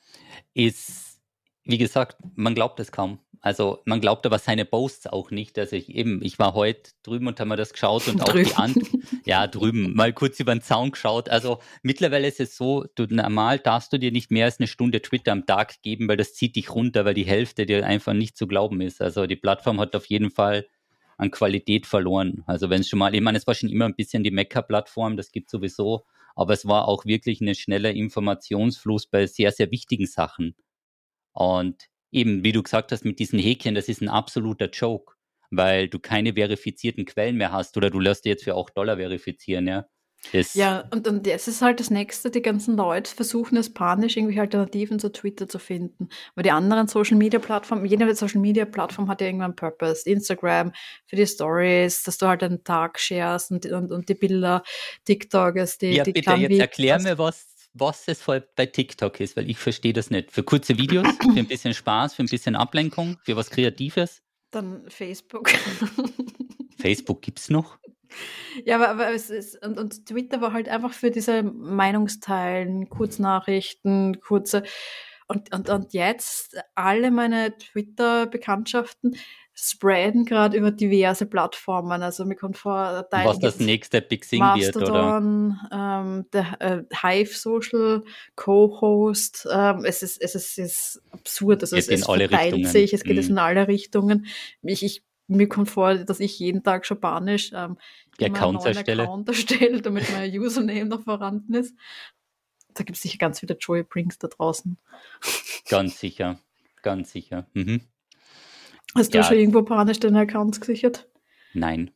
[SPEAKER 1] Ist, wie gesagt, man glaubt es kaum. Also man glaubt aber seine Posts auch nicht. Also ich eben, ich war heute drüben und haben mir das geschaut und auch
[SPEAKER 2] Drüben.
[SPEAKER 1] die Ant ja drüben mal kurz über den Zaun geschaut. Also mittlerweile ist es so, du normal darfst du dir nicht mehr als eine Stunde Twitter am Tag geben, weil das zieht dich runter, weil die Hälfte dir einfach nicht zu glauben ist. Also die Plattform hat auf jeden Fall an Qualität verloren. Also wenn es schon mal, ich meine, es war schon immer ein bisschen die Mecker-Plattform, das gibt sowieso, aber es war auch wirklich ein schneller Informationsfluss bei sehr, sehr wichtigen Sachen. Und eben, wie du gesagt hast, mit diesen Häkchen, das ist ein absoluter Joke, weil du keine verifizierten Quellen mehr hast oder du lässt dir jetzt für auch Dollar verifizieren, ja. Das,
[SPEAKER 2] Ja, und, und jetzt ist halt das Nächste, die ganzen Leute versuchen es panisch, irgendwelche Alternativen zu Twitter zu finden. Weil die anderen Social-Media-Plattformen, jede Social-Media-Plattform hat ja irgendwann einen Purpose. Instagram für die Stories, dass du halt einen Tag sharest und, und, und die Bilder, TikTok ist die,
[SPEAKER 1] ja,
[SPEAKER 2] die
[SPEAKER 1] bitte,
[SPEAKER 2] kleinen
[SPEAKER 1] jetzt
[SPEAKER 2] Videos.
[SPEAKER 1] erklär mir, was, was es voll bei TikTok ist, weil ich verstehe das nicht. Für kurze Videos, für ein bisschen Spaß, für ein bisschen Ablenkung, für was Kreatives.
[SPEAKER 2] Dann Facebook.
[SPEAKER 1] Facebook gibt's noch?
[SPEAKER 2] Ja, aber, aber es ist, und, und Twitter war halt einfach für diese Meinungsteilen, Kurznachrichten, kurze, und, und, und jetzt alle meine Twitter-Bekanntschaften spreaden gerade über diverse Plattformen. Also mir kommt vor,
[SPEAKER 1] Und was das nächste Big Thing wird, oder?
[SPEAKER 2] Mastodon, ähm, der äh, Hive Social Co-Host. Ähm, es ist, es ist, es ist absurd. Also es,
[SPEAKER 1] Geht in
[SPEAKER 2] es
[SPEAKER 1] alle
[SPEAKER 2] verteilt
[SPEAKER 1] Richtungen.
[SPEAKER 2] sich, es geht es
[SPEAKER 1] Mhm.
[SPEAKER 2] in alle Richtungen. Ich, ich, mir kommt vor, dass ich jeden Tag schon panisch ähm, immer einen
[SPEAKER 1] Accounts
[SPEAKER 2] neuen
[SPEAKER 1] erstelle.
[SPEAKER 2] Account erstelle, damit mein Username noch vorhanden ist. Da gibt es sicher ganz viele Joy Brings da draußen.
[SPEAKER 1] Ganz sicher, ganz sicher. Mhm.
[SPEAKER 2] Hast du
[SPEAKER 1] Ja,
[SPEAKER 2] schon irgendwo panisch deine Accounts gesichert?
[SPEAKER 1] nein.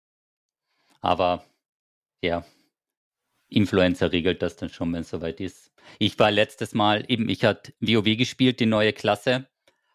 [SPEAKER 1] Aber ja, Influencer regelt das dann schon, wenn es soweit ist. Ich war letztes Mal eben, ich hatte WoW gespielt, die neue Klasse,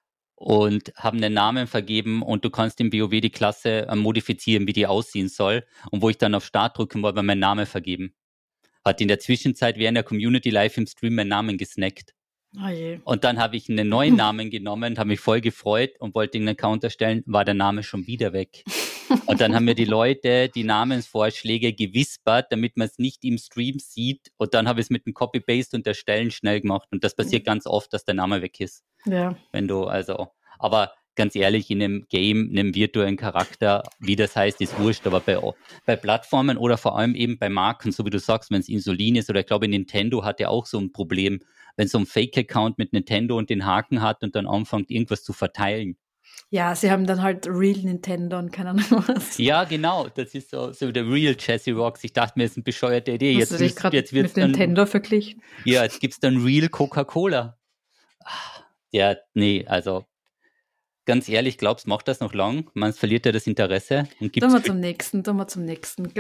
[SPEAKER 1] und habe einen Namen vergeben und du kannst im WoW die Klasse äh, modifizieren, wie die aussehen soll. Und wo ich dann auf Start drücken wollte, war mein Name vergeben. Hat in der Zwischenzeit während der Community live im Stream meinen Namen gesnackt.
[SPEAKER 2] Oh je.
[SPEAKER 1] Und dann habe ich einen neuen Namen genommen, habe mich voll gefreut und wollte einen Account erstellen, war der Name schon wieder weg. Und dann haben mir die Leute die Namensvorschläge gewispert, damit man es nicht im Stream sieht. Und dann habe ich es mit dem Copy-Paste und Erstellen schnell gemacht. Und das passiert ganz oft, dass der Name weg ist.
[SPEAKER 2] Ja.
[SPEAKER 1] Wenn du also, aber ganz ehrlich, in einem Game, einem virtuellen Charakter, wie das heißt, ist wurscht. Aber bei, bei Plattformen oder vor allem eben bei Marken, so wie du sagst, wenn es Insulin ist, oder ich glaube, Nintendo hat ja auch so ein Problem, wenn so ein Fake-Account mit Nintendo und den Haken hat und dann anfängt, irgendwas zu verteilen.
[SPEAKER 2] Ja, sie haben dann halt Real Nintendo und keine Ahnung was.
[SPEAKER 1] Ja, genau, das ist so, so der Real Jesse Rocks. Ich dachte mir, das ist eine bescheuerte Idee.
[SPEAKER 2] Hast
[SPEAKER 1] Jetzt,
[SPEAKER 2] du dich
[SPEAKER 1] müsst-
[SPEAKER 2] gerade
[SPEAKER 1] jetzt wird's
[SPEAKER 2] mit
[SPEAKER 1] dann,
[SPEAKER 2] Nintendo verglichen?
[SPEAKER 1] ja, jetzt gibt's dann Real Coca-Cola. Ah, Ja, nee, also ganz ehrlich, glaubst, macht das noch lang? Man verliert ja das Interesse und
[SPEAKER 2] Tun
[SPEAKER 1] gibt's
[SPEAKER 2] wir zum nächsten, tun wir zum nächsten.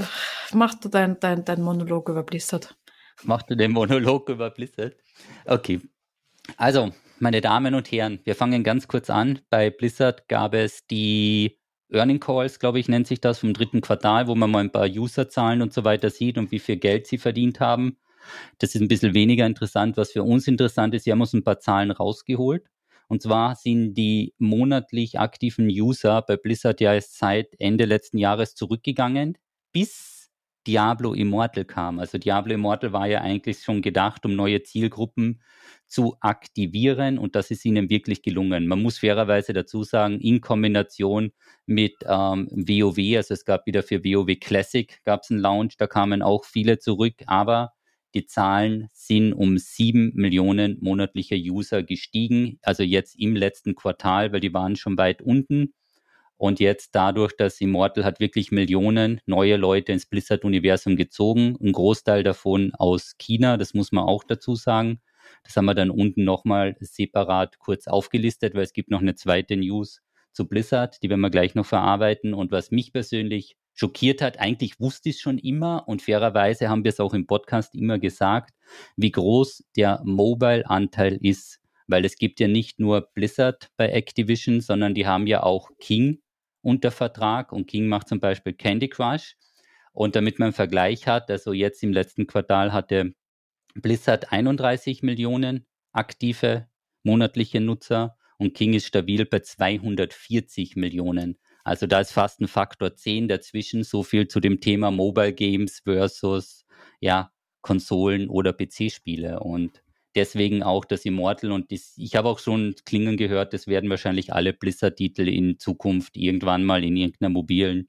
[SPEAKER 2] Mach du dein, dein, dein Monolog über Blizzard.
[SPEAKER 1] Machst du den Monolog über Blizzard? Okay. Also, meine Damen und Herren, wir fangen ganz kurz an. Bei Blizzard gab es die Earning Calls, glaube ich, nennt sich das, vom dritten Quartal, wo man mal ein paar Userzahlen und so weiter sieht und wie viel Geld sie verdient haben. Das ist ein bisschen weniger interessant. Was für uns interessant ist, sie haben uns ein paar Zahlen rausgeholt. Und zwar sind die monatlich aktiven User bei Blizzard ja seit Ende letzten Jahres zurückgegangen, bis Diablo Immortal kam. Also Diablo Immortal war ja eigentlich schon gedacht, um neue Zielgruppen zu aktivieren, und das ist ihnen wirklich gelungen. Man muss fairerweise dazu sagen, in Kombination mit ähm, WoW, also es gab wieder für WoW Classic, gab es einen Launch, da kamen auch viele zurück, aber die Zahlen sind um sieben Millionen monatliche User gestiegen, also jetzt im letzten Quartal, weil die waren schon weit unten. Und jetzt dadurch, dass Immortal hat wirklich Millionen neue Leute ins Blizzard-Universum gezogen, ein Großteil davon aus China, das muss man auch dazu sagen. Das haben wir dann unten nochmal separat kurz aufgelistet, weil es gibt noch eine zweite News zu Blizzard, die werden wir gleich noch verarbeiten. Und was mich persönlich schockiert hat, eigentlich wusste ich es schon immer und fairerweise haben wir es auch im Podcast immer gesagt, wie groß der Mobile-Anteil ist. Weil es gibt ja nicht nur Blizzard bei Activision, sondern die haben ja auch King unter Vertrag, und King macht zum Beispiel Candy Crush. Und damit man einen Vergleich hat, also jetzt im letzten Quartal hatte Blizzard einunddreißig Millionen aktive monatliche Nutzer und King ist stabil bei zweihundertvierzig Millionen. Also da ist fast ein Faktor zehn dazwischen, so viel zu dem Thema Mobile Games versus ja, Konsolen oder P C-Spiele. Und deswegen auch das Immortal, und das, ich habe auch schon klingen gehört, das werden wahrscheinlich alle Blizzard-Titel in Zukunft irgendwann mal in irgendeiner mobilen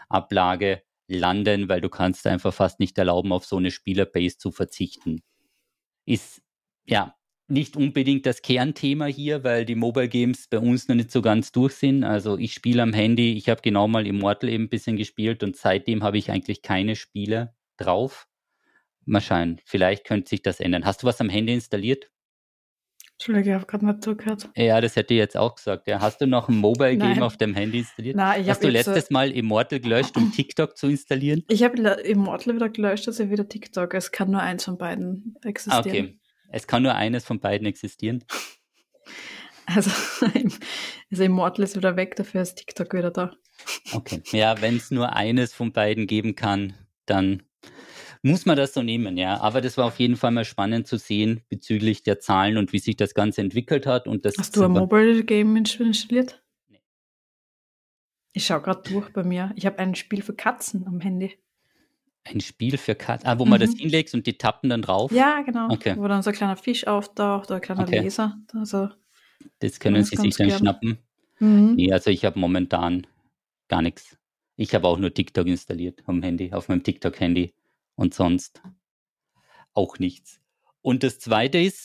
[SPEAKER 1] Ablage landen, weil du kannst einfach fast nicht erlauben, auf so eine Spielerbase zu verzichten. Ist, ja, nicht unbedingt das Kernthema hier, weil die Mobile Games bei uns noch nicht so ganz durch sind. Also ich spiele am Handy, ich habe genau mal Immortal eben ein bisschen gespielt und seitdem habe ich eigentlich keine Spiele drauf. Mal schauen, vielleicht könnte sich das ändern. Hast du was am Handy installiert?
[SPEAKER 2] Entschuldige, ich habe gerade mal zugehört.
[SPEAKER 1] Ja, das hätte ich jetzt auch gesagt. Ja. Hast du noch ein Mobile Game
[SPEAKER 2] Nein.
[SPEAKER 1] auf dem Handy installiert?
[SPEAKER 2] Nein, ich
[SPEAKER 1] Hast
[SPEAKER 2] habe
[SPEAKER 1] du
[SPEAKER 2] jetzt,
[SPEAKER 1] letztes
[SPEAKER 2] äh,
[SPEAKER 1] Mal Immortal gelöscht, um TikTok zu installieren?
[SPEAKER 2] ich habe Immortal wieder gelöscht, also wieder TikTok. Es kann nur eins von beiden
[SPEAKER 1] Ah,
[SPEAKER 2] existieren.
[SPEAKER 1] okay. Es kann nur eines von beiden existieren.
[SPEAKER 2] Also, also Immortal ist wieder weg, dafür ist TikTok wieder da.
[SPEAKER 1] Okay. Ja, wenn es nur eines von beiden geben kann, dann muss man das so nehmen, ja. Aber das war auf jeden Fall mal spannend zu sehen bezüglich der Zahlen und wie sich das Ganze entwickelt hat. Und das
[SPEAKER 2] Hast du ein Mobile Game installiert?
[SPEAKER 1] Nee.
[SPEAKER 2] Ich schaue gerade durch bei mir. Ich habe ein Spiel für Katzen am Handy.
[SPEAKER 1] Ein Spiel für Katzen, ah, wo man
[SPEAKER 2] Mhm.
[SPEAKER 1] das hinlegst und die tappen dann drauf?
[SPEAKER 2] Ja, genau.
[SPEAKER 1] Okay.
[SPEAKER 2] Wo dann so ein kleiner Fisch auftaucht oder ein kleiner
[SPEAKER 1] Okay.
[SPEAKER 2] Laser. Also,
[SPEAKER 1] Das können
[SPEAKER 2] ganz,
[SPEAKER 1] Sie sich
[SPEAKER 2] ganz
[SPEAKER 1] dann
[SPEAKER 2] gern.
[SPEAKER 1] schnappen.
[SPEAKER 2] Mhm.
[SPEAKER 1] Nee, also ich habe momentan gar nichts. Ich habe auch nur TikTok installiert am Handy, auf meinem TikTok-Handy und sonst auch nichts. Und das Zweite ist,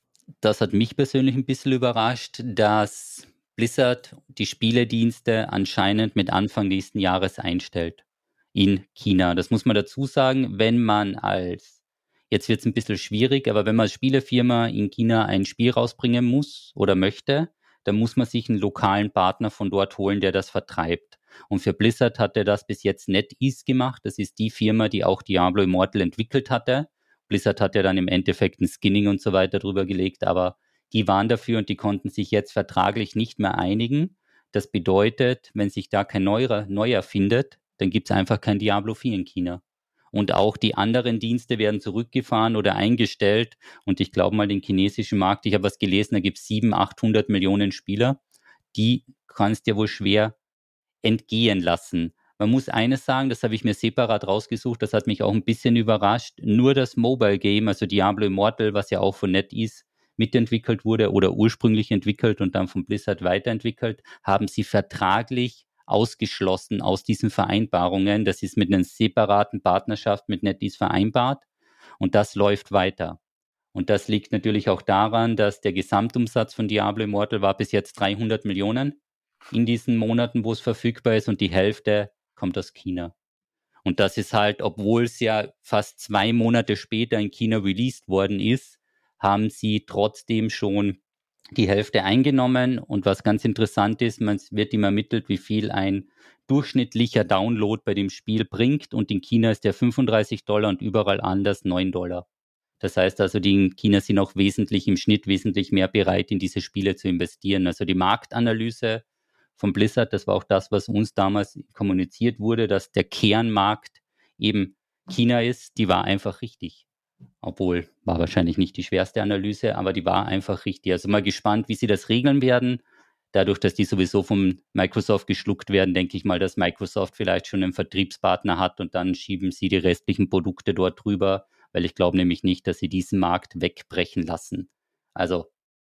[SPEAKER 1] das hat mich persönlich ein bisschen überrascht, dass Blizzard die Spieledienste anscheinend mit Anfang nächsten Jahres einstellt in China. Das muss man dazu sagen, wenn man als, jetzt wird es ein bisschen schwierig, aber wenn man als Spielefirma in China ein Spiel rausbringen muss oder möchte, dann muss man sich einen lokalen Partner von dort holen, der das vertreibt. Und für Blizzard hat er das bis jetzt NetEase gemacht. Das ist die Firma, die auch Diablo Immortal entwickelt hatte. Blizzard hat ja dann im Endeffekt ein Skinning und so weiter drüber gelegt, aber die waren dafür und die konnten sich jetzt vertraglich nicht mehr einigen. Das bedeutet, wenn sich da kein neuer, neuer findet, dann gibt es einfach kein Diablo vier in China. Und auch die anderen Dienste werden zurückgefahren oder eingestellt. Und ich glaube mal, den chinesischen Markt, ich habe was gelesen, da gibt es siebenhundert, achthundert Millionen Spieler. Die kannst du ja wohl schwer entgehen lassen. Man muss eines sagen, das habe ich mir separat rausgesucht, das hat mich auch ein bisschen überrascht. Nur das Mobile Game, also Diablo Immortal, was ja auch von NetEase mitentwickelt wurde oder ursprünglich entwickelt und dann von Blizzard weiterentwickelt, haben sie vertraglich ausgeschlossen aus diesen Vereinbarungen. Das ist mit einer separaten Partnerschaft mit NetEase vereinbart und das läuft weiter. Und das liegt natürlich auch daran, dass der Gesamtumsatz von Diablo Immortal war bis jetzt dreihundert Millionen in diesen Monaten, wo es verfügbar ist und die Hälfte kommt aus China. Und das ist halt, obwohl es ja fast zwei Monate später in China released worden ist, haben sie trotzdem schon die Hälfte eingenommen. Und was ganz interessant ist, man wird ihm ermittelt, wie viel ein durchschnittlicher Download bei dem Spiel bringt. Und in China ist der fünfunddreißig Dollar und überall anders neun Dollar. Das heißt also, die in China sind auch wesentlich im Schnitt wesentlich mehr bereit, in diese Spiele zu investieren. Also die Marktanalyse von Blizzard, das war auch das, was uns damals kommuniziert wurde, dass der Kernmarkt eben China ist, die war einfach richtig. Obwohl, war wahrscheinlich nicht die schwerste Analyse, aber die war einfach richtig. Also mal gespannt, wie sie das regeln werden. Dadurch, dass die sowieso von Microsoft geschluckt werden, denke ich mal, dass Microsoft vielleicht schon einen Vertriebspartner hat und dann schieben sie die restlichen Produkte dort drüber, weil ich glaube nämlich nicht, dass sie diesen Markt wegbrechen lassen. Also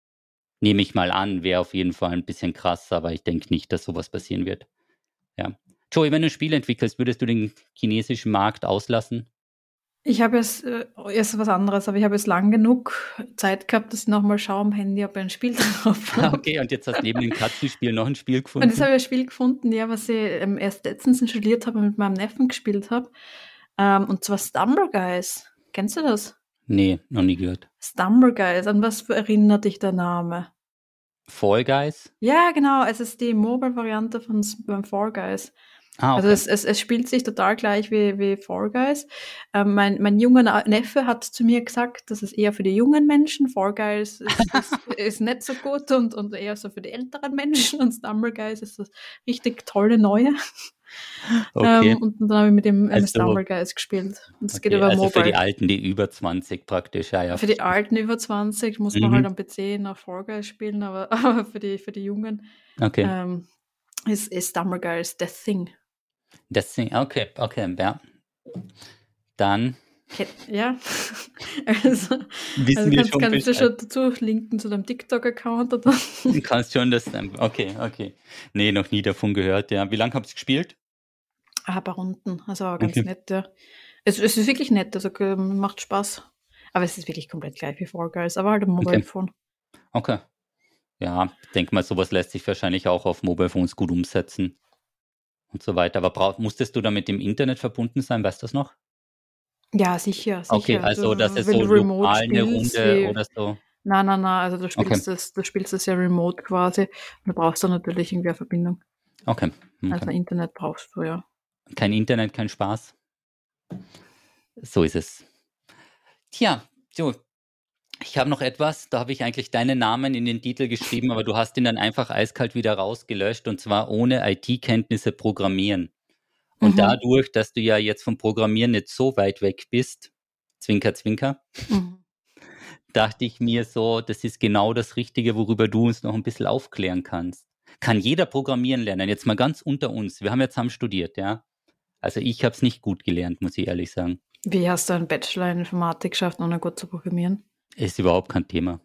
[SPEAKER 1] nehme ich mal an, wäre auf jeden Fall ein bisschen krass, aber ich denke nicht, dass sowas passieren wird. Ja. Joey, wenn du ein Spiel entwickelst, würdest du den chinesischen Markt auslassen?
[SPEAKER 2] Ich habe jetzt äh, erst was anderes, aber ich habe jetzt lang genug Zeit gehabt, dass ich nochmal schaue am Handy, ob ich ein Spiel drauf habe.
[SPEAKER 1] Okay, und jetzt hast du neben dem Katzenspiel noch ein Spiel
[SPEAKER 2] Und
[SPEAKER 1] gefunden?
[SPEAKER 2] jetzt habe ich ein Spiel gefunden, ja, was ich ähm, erst letztens installiert habe und mit meinem Neffen gespielt habe. Ähm, und zwar Stumble Guys. Kennst du das?
[SPEAKER 1] Nee, noch nie gehört.
[SPEAKER 2] Stumble Guys, an was erinnert dich der Name?
[SPEAKER 1] Fall Guys?
[SPEAKER 2] Ja, genau, es ist die Mobile-Variante von S- beim Fall Guys.
[SPEAKER 1] Ah, okay.
[SPEAKER 2] Also es, es, es spielt sich total gleich wie, wie Fall Guys. Ähm, mein, mein junger Na- Neffe hat zu mir gesagt, das ist eher für die jungen Menschen. Fall Guys ist, ist, ist nicht so gut und, und eher so für die älteren Menschen. Und Stumble Guys ist das richtig tolle Neue.
[SPEAKER 1] Okay.
[SPEAKER 2] Ähm, und dann habe ich mit dem ähm,
[SPEAKER 1] Also-
[SPEAKER 2] Stumble Guys gespielt. Und es geht
[SPEAKER 1] Okay,
[SPEAKER 2] über
[SPEAKER 1] also für die
[SPEAKER 2] Mobile.
[SPEAKER 1] Alten, die über zwanzig praktisch, ja, ja.
[SPEAKER 2] Für die Alten über zwanzig muss man
[SPEAKER 1] Mhm.
[SPEAKER 2] halt am P C noch Fall Guys spielen, aber, aber für, die, für die Jungen
[SPEAKER 1] Okay.
[SPEAKER 2] ähm, ist, ist Stumble Guys The Thing.
[SPEAKER 1] Das Ding, okay, okay, ja. Dann
[SPEAKER 2] Ke- Ja, also,
[SPEAKER 1] wissen
[SPEAKER 2] also
[SPEAKER 1] wir
[SPEAKER 2] kannst,
[SPEAKER 1] schon
[SPEAKER 2] kannst du
[SPEAKER 1] Bescheid.
[SPEAKER 2] schon dazu linken zu deinem TikTok-Account oder?
[SPEAKER 1] Du kannst schon das, okay, okay. Nee, noch nie davon gehört, ja. Wie lange habt ihr gespielt?
[SPEAKER 2] Ah, ein paar Runden, also war ganz
[SPEAKER 1] Okay.
[SPEAKER 2] nett, ja. Es, es ist wirklich nett, also ähm, macht Spaß. Aber es ist wirklich komplett gleich wie Fall Guys, aber halt ein Mobile
[SPEAKER 1] Okay.
[SPEAKER 2] Phone.
[SPEAKER 1] Okay. Ja, ich denke mal, sowas lässt sich wahrscheinlich auch auf Mobile Phones gut umsetzen und so weiter. Aber brauch, musstest du da mit dem Internet verbunden sein? Weißt du das noch?
[SPEAKER 2] Ja, sicher,
[SPEAKER 1] Okay,
[SPEAKER 2] sicher.
[SPEAKER 1] also dass
[SPEAKER 2] Du,
[SPEAKER 1] es
[SPEAKER 2] wenn
[SPEAKER 1] so
[SPEAKER 2] du Remote
[SPEAKER 1] lokal eine
[SPEAKER 2] spielst,
[SPEAKER 1] Runde
[SPEAKER 2] wie
[SPEAKER 1] oder so.
[SPEAKER 2] na, na, na, also du
[SPEAKER 1] Okay,
[SPEAKER 2] spielst das, du spielst das ja remote quasi. Du brauchst dann natürlich irgendwie eine Verbindung.
[SPEAKER 1] okay,
[SPEAKER 2] Also
[SPEAKER 1] okay.
[SPEAKER 2] Internet brauchst du, ja.
[SPEAKER 1] Kein Internet, kein Spaß. So ist es. Tja, so, ich habe noch etwas, da habe ich eigentlich deinen Namen in den Titel geschrieben, aber du hast ihn dann einfach eiskalt wieder rausgelöscht und zwar ohne I T-Kenntnisse programmieren. Und
[SPEAKER 2] Mhm.
[SPEAKER 1] dadurch, dass du ja jetzt vom Programmieren nicht so weit weg bist, Zwinker, Zwinker,
[SPEAKER 2] Mhm.
[SPEAKER 1] dachte ich mir so, das ist genau das Richtige, worüber du uns noch ein bisschen aufklären kannst. Kann jeder programmieren lernen? Jetzt mal ganz unter uns. Wir haben ja zusammen studiert, ja. Also ich habe es nicht gut gelernt, muss ich ehrlich sagen.
[SPEAKER 2] Wie hast du einen Bachelor in Informatik geschafft, ohne gut zu programmieren?
[SPEAKER 1] Ist überhaupt kein Thema.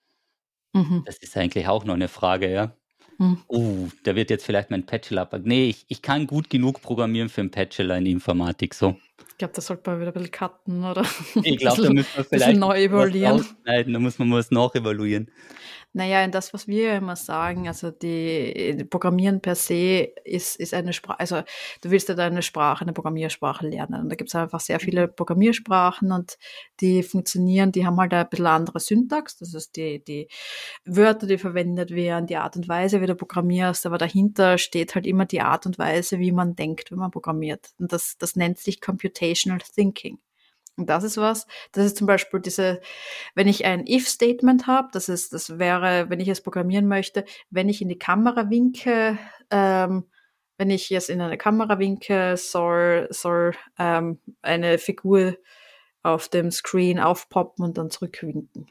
[SPEAKER 2] Mhm.
[SPEAKER 1] Das ist eigentlich auch noch eine Frage, ja.
[SPEAKER 2] Mhm.
[SPEAKER 1] Uh, da wird jetzt vielleicht mein Bachelor ab. Nee, ich, ich kann gut genug programmieren für einen Bachelor in Informatik, so.
[SPEAKER 2] Ich glaube, das sollte man wieder ein bisschen cutten oder
[SPEAKER 1] Ich
[SPEAKER 2] ein
[SPEAKER 1] glaube, da
[SPEAKER 2] bisschen,
[SPEAKER 1] müssen wir
[SPEAKER 2] bisschen
[SPEAKER 1] vielleicht
[SPEAKER 2] neu
[SPEAKER 1] was
[SPEAKER 2] evaluieren.
[SPEAKER 1] rausschneiden, da muss man was nachevaluieren.
[SPEAKER 2] Naja, in das, was wir ja immer sagen, also die, die Programmieren per se ist, ist eine Sprache, also du willst ja deine Sprache, eine Programmiersprache lernen. Und da gibt es einfach sehr viele Programmiersprachen und die funktionieren, die haben halt ein bisschen andere Syntax, das ist die, die Wörter, die verwendet werden, die Art und Weise, wie du programmierst, aber dahinter steht halt immer die Art und Weise, wie man denkt, wenn man programmiert. Und das, das nennt sich Computational Thinking. Und das ist was, das ist zum Beispiel diese, wenn ich ein If-Statement habe, das ist, das wäre, wenn ich es programmieren möchte, wenn ich in die Kamera winke, ähm, wenn ich jetzt in eine Kamera winke, soll, soll ähm, eine Figur auf dem Screen aufpoppen und dann zurückwinken.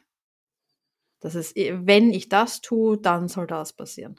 [SPEAKER 2] Das ist, wenn ich das tue, dann soll das passieren.